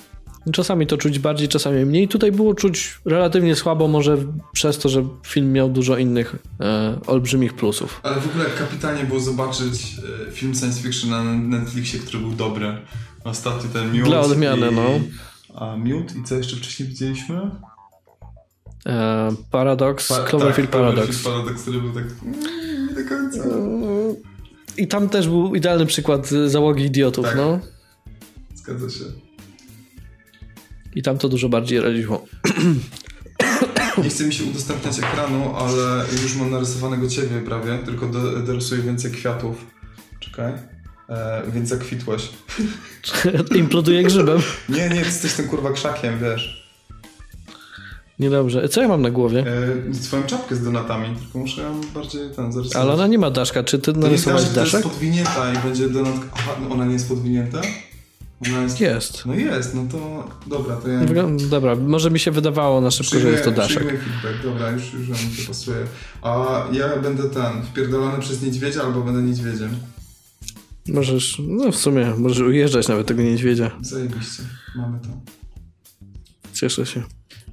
Czasami to czuć bardziej, czasami mniej. Tutaj było czuć relatywnie słabo, może przez to, że film miał dużo innych e, olbrzymich plusów. Ale w ogóle kapitalnie było zobaczyć e, film science fiction na Netflixie, który był dobry. Ostatnio ten Mute. Dla odmiany, i, no. A Mute i co jeszcze wcześniej widzieliśmy? E, Paradox, Pa- Cloverfield tak, Paradox. Cloverfield Paradox, który był tak mm, nie do końca. I tam też był idealny przykład załogi idiotów, Tak. no. Zgadza się. I tam to dużo bardziej radziło. Nie chce mi się udostępniać ekranu, ale już mam narysowanego ciebie prawie, tylko do, dorysuję więcej kwiatów. Czekaj. E, więc zakwitłeś. Imploduję grzybem. Nie, nie, ty jesteś tym kurwa krzakiem, wiesz. Niedobrze. Co ja mam na głowie? E, swoją czapkę z donatami, tylko muszę ją bardziej ten zarysować. Ale ona nie ma daszka. Czy ty To narysowałeś jest daszek? To daszek? jest podwinięta i będzie donatka. Aha, no ona nie jest podwinięta? Ona jest... Jest. No jest, no to dobra, to ja... Wygląda- Dobra, może mi się wydawało na szybko, że jest to daszek. Przyjmuję feedback, dobra, już, już mi to pasuje. A ja będę ten, wpierdolony przez niedźwiedzia albo będę niedźwiedziem. Możesz, no w sumie, możesz ujeżdżać nawet tego niedźwiedzia. Zajebiście, mamy to. Cieszę się.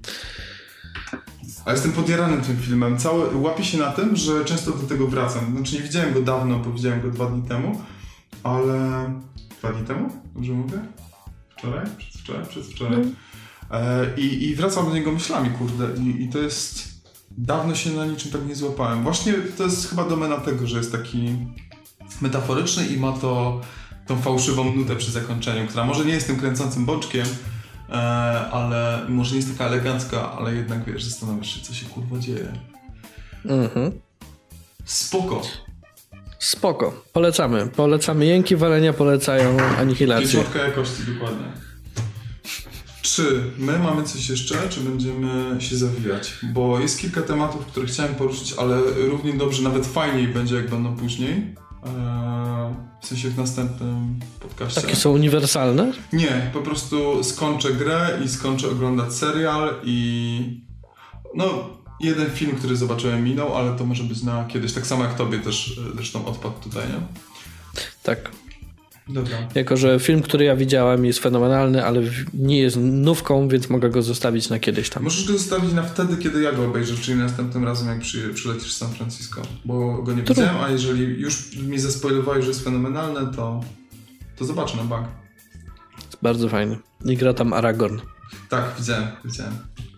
A jestem podjarany tym filmem. Cały, łapię się na tym, że często do tego wracam. Znaczy nie widziałem go dawno, bo widziałem go dwa dni temu, ale... Dwa dni temu? Dobrze mówię? Wczoraj? Przedwczoraj? Przedwczoraj. No. E, i, I wracam do niego myślami, kurde. I, I to jest... Dawno się na niczym tak nie złapałem. Właśnie to jest chyba domena tego, że jest taki metaforyczny i ma to tą fałszywą nutę przy zakończeniu, która może nie jest tym kręcącym boczkiem, e, ale może nie jest taka elegancka, ale jednak wiesz, zastanawiasz się, co się kurwa dzieje. Mhm. Spoko. Spoko. Polecamy. Polecamy. Jęki walenia polecają Anihilację. Pięćdziesiątka jakości, dokładnie. Czy my mamy coś jeszcze, czy będziemy się zawijać? Bo jest kilka tematów, które chciałem poruszyć, ale równie dobrze, nawet fajniej będzie, jak będą później. Eee, w sensie w następnym podcaście. Takie są uniwersalne? Nie, po prostu skończę grę i skończę oglądać serial i... No, jeden film, który zobaczyłem minął, ale to może być na kiedyś. Tak samo jak tobie też zresztą odpadł tutaj, nie? Tak. Dobra. Jako że film, który ja widziałem jest fenomenalny, ale nie jest nówką, więc mogę go zostawić na kiedyś tam. Możesz go zostawić na wtedy, kiedy ja go obejrzę, czyli następnym razem, jak przy, przylecisz z San Francisco. Bo go nie To widziałem, a jeżeli już mi zaspoilowałeś, że jest fenomenalne, to, to zobaczę na bank. Jest bardzo fajny. I gra tam Aragorn. Tak, widziałem, widziałem.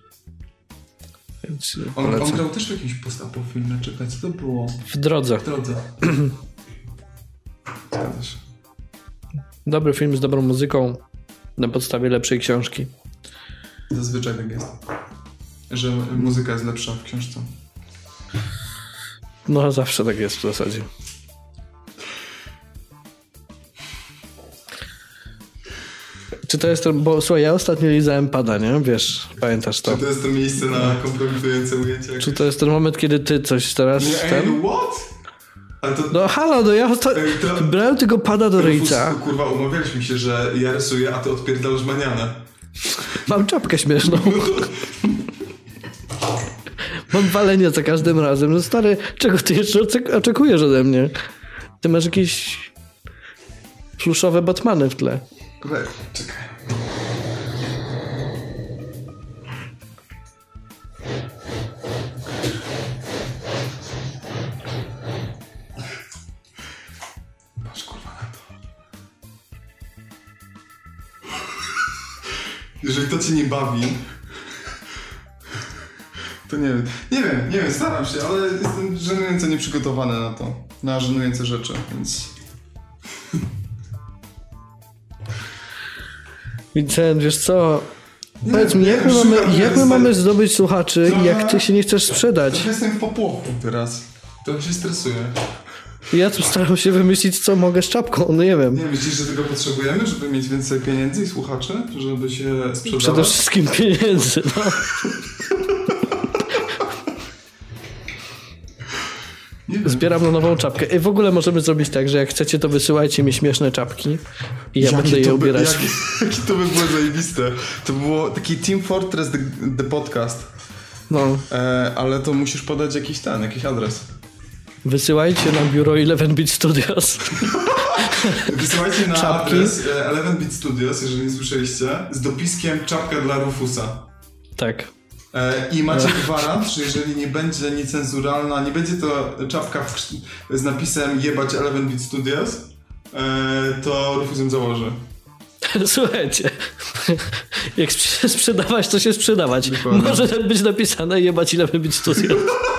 Więc On, polecam. on grał też w jakimś post-apo filmie, czekaj, co to było? W drodze. W drodze. Zgadza się. Dobry film z dobrą muzyką na podstawie lepszej książki. Zazwyczaj tak jest. Że muzyka jest lepsza w książce. No zawsze tak jest w zasadzie. Czy to jest to, bo słuchaj, ja ostatnio lizałem pada, nie? Wiesz, pamiętasz to? Czy to jest to miejsce na kompromitujące ujęcie? Jakieś? Czy to jest ten moment, kiedy ty coś teraz... Nie, ten... ej, what? Ale to... No halo, no ja osta... Ej, to... brałem tego pada do ryjca. Kurwa, umawialiśmy się, że ja rysuję, a ty odpierdalasz manianę. Mam czapkę śmieszną. Mam walenie za każdym razem. No stary, czego ty jeszcze oczekujesz ode mnie? Ty masz jakieś pluszowe Batmany w tle. Weź, czekaj. Masz kurwa na to. Jeżeli to cię nie bawi, to nie wiem. Nie wiem, nie wiem, staram się, ale jestem żenująco nieprzygotowany na to. Na żenujące rzeczy, więc... Vincent, wiesz co? Nie, Powiedz mi, nie, jak my, szukam, mamy, nie, jak my stary- mamy zdobyć słuchaczy, Trochę- jak ty się nie chcesz sprzedać? Trochę jestem w popłochu teraz. To się stresuję. Ja tu staram się wymyślić, co mogę z czapką, no nie wiem. Nie, myślisz, że tego potrzebujemy, żeby mieć więcej pieniędzy i słuchaczy? Żeby się sprzedawać? Przede wszystkim pieniędzy, no. Nie wiem. Zbieram na nową czapkę. I w ogóle możemy zrobić tak, że jak chcecie, to wysyłajcie mi śmieszne czapki i ja Jakie będę je to by- ubierać. Jakie, jakie to by było zajebiste. To było taki Team Fortress the, the Podcast. No. E, ale to musisz podać jakiś ten, jakiś adres. Wysyłajcie na biuro eleven bit Studios. Wysyłajcie na Czapki. adres eleven bit Studios, jeżeli nie słyszeliście, z dopiskiem czapka dla Rufusa. Tak. E, I macie gwarant, że jeżeli nie będzie niecenzuralna, nie będzie to czapka w, z napisem jebać eleven bit Studios, e, to Rufus ją założy. Słuchajcie, jak się sprzedawać, to się sprzedawać. Dokładnie. Może tak być napisane jebać eleven bit Studios.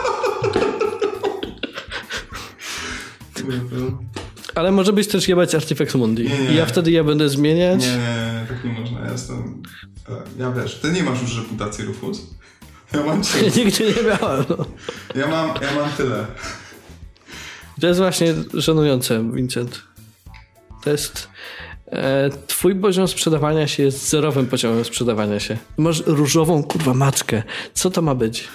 Ale może być też jebać Artifact Mundi. Nie, nie. I ja wtedy ja będę zmieniać. Nie, nie, nie, tak nie można. Ja jestem... Ja wiesz, ty nie masz już reputacji, Rufus. Ja mam cię. Nigdy nie miałem. No. Ja mam, ja mam tyle. To jest właśnie żenujące, Vincent. To jest... E, twój poziom sprzedawania się jest zerowym poziomem sprzedawania się. Masz różową, kurwa, maczkę. Co to ma być?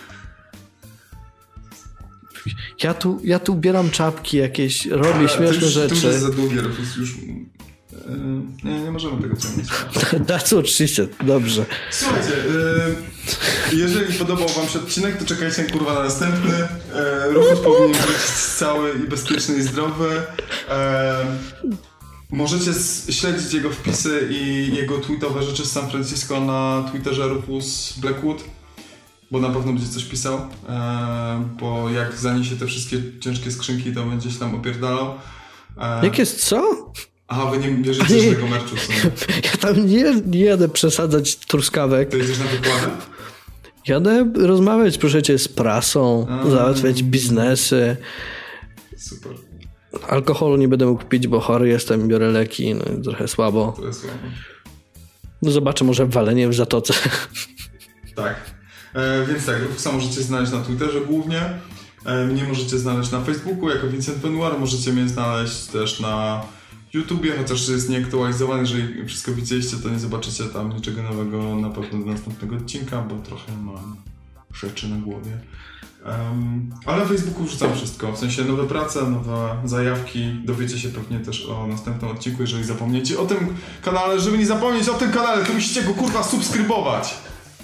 Ja tu, ja tu ubieram czapki jakieś, robię Ale śmieszne to już, rzeczy. To już jest za długie, Rufus, już... Yy, nie, nie możemy tego ciągnąć. That's oczywiście, dobrze. Słuchajcie, yy, jeżeli podobał wam się odcinek, to czekajcie kurwa na następny. Yy, Rufus powinien być cały i bezpieczny i zdrowy. Yy, możecie s- śledzić jego wpisy i jego tweetowe rzeczy z San Francisco na Twitterze Rufus Blackwood, bo na pewno będzie coś pisał, yy, bo jak zaniesie te wszystkie ciężkie skrzynki, to będzie się tam opierdalał. Yy, Jak jest co? Aha, wy nie wierzycie, nie. że tego merchu są. Ja tam nie, nie jadę przesadzać truskawek. To jedziesz na wykłady? Jadę rozmawiać, proszę cię, z prasą, A. załatwiać biznesy. Super, Alkoholu nie będę mógł pić, bo chory jestem, biorę leki, no i trochę słabo. to jest słabo. No zobaczę, może walenie w zatoce. Tak. E, więc tak, Rufusa możecie znaleźć na Twitterze głównie. E, mnie możecie znaleźć na Facebooku jako Vincent Benoir. Możecie mnie znaleźć też na YouTubie, chociaż jest nieaktualizowany. Jeżeli wszystko widzieliście, to nie zobaczycie tam niczego nowego na pewno do następnego odcinka, bo trochę mam rzeczy na głowie. Um, ale na Facebooku wrzucam wszystko, w sensie nowe prace, nowe zajawki. Dowiecie się pewnie też o następnym odcinku, jeżeli zapomniecie o tym kanale. Żeby nie zapomnieć o tym kanale, to musicie go kurwa subskrybować.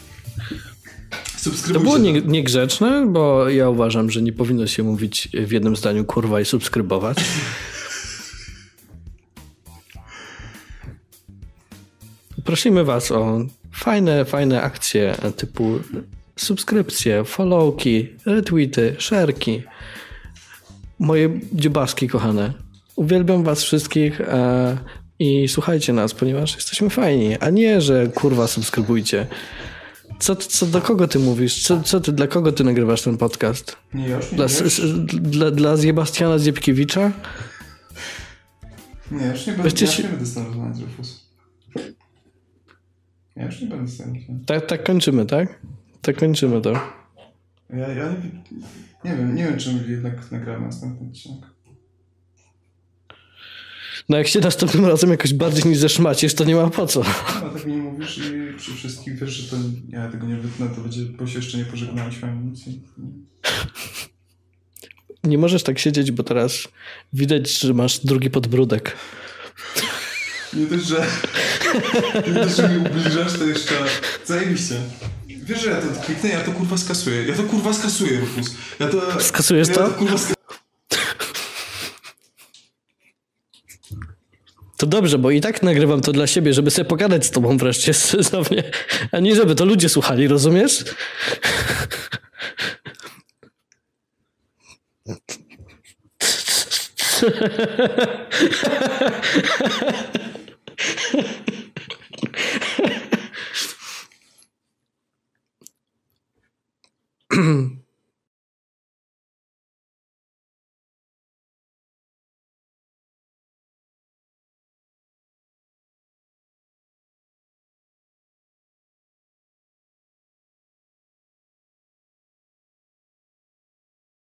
To było nie, niegrzeczne, bo ja uważam, że nie powinno się mówić w jednym zdaniu kurwa i subskrybować. Prosimy was o fajne, fajne akcje typu subskrypcje, followki, retweety, share'ki. Moje dziubaski kochane. Uwielbiam was wszystkich e, i słuchajcie nas, ponieważ jesteśmy fajni, a nie, że kurwa subskrybujcie. Co, co do kogo ty mówisz? Co, co ty, dla kogo ty nagrywasz ten podcast? Nie, już nie Dla, już. s, dla, dla Sebastiana Zdziebkiewicza? Nie, już nie będę, Weźcie ja się- nie będę z tym rozmawiać, Rufus. Ja już nie będę z tym rozmawiać. Tak, tak kończymy, tak? Tak kończymy to. Ja, ja nie, nie wiem, nie wiem, czy my jednak nagramy następny odcinek. No jak się następnym razem jakoś bardziej niż zeszmacisz, to nie ma po co. No tak mi nie mówisz i przy wszystkich wiesz, że to ja tego nie wytnę, to będzie, bo się jeszcze nie pożegnaliśmy. Nic i- Nie możesz tak siedzieć, bo teraz widać, że masz drugi podbródek. Nie dość, że nie dość, że mi ubliżasz, to jeszcze zajebiście. Wiesz, że ja to kliknę, ja to kurwa skasuję. Ja to kurwa skasuję, Rufus. Ja to... Skasujesz ja to? to kurwa skasuję. To dobrze, bo i tak nagrywam to dla siebie, żeby sobie pogadać z tobą wreszcie sensownie, a nie żeby to ludzie słuchali, rozumiesz?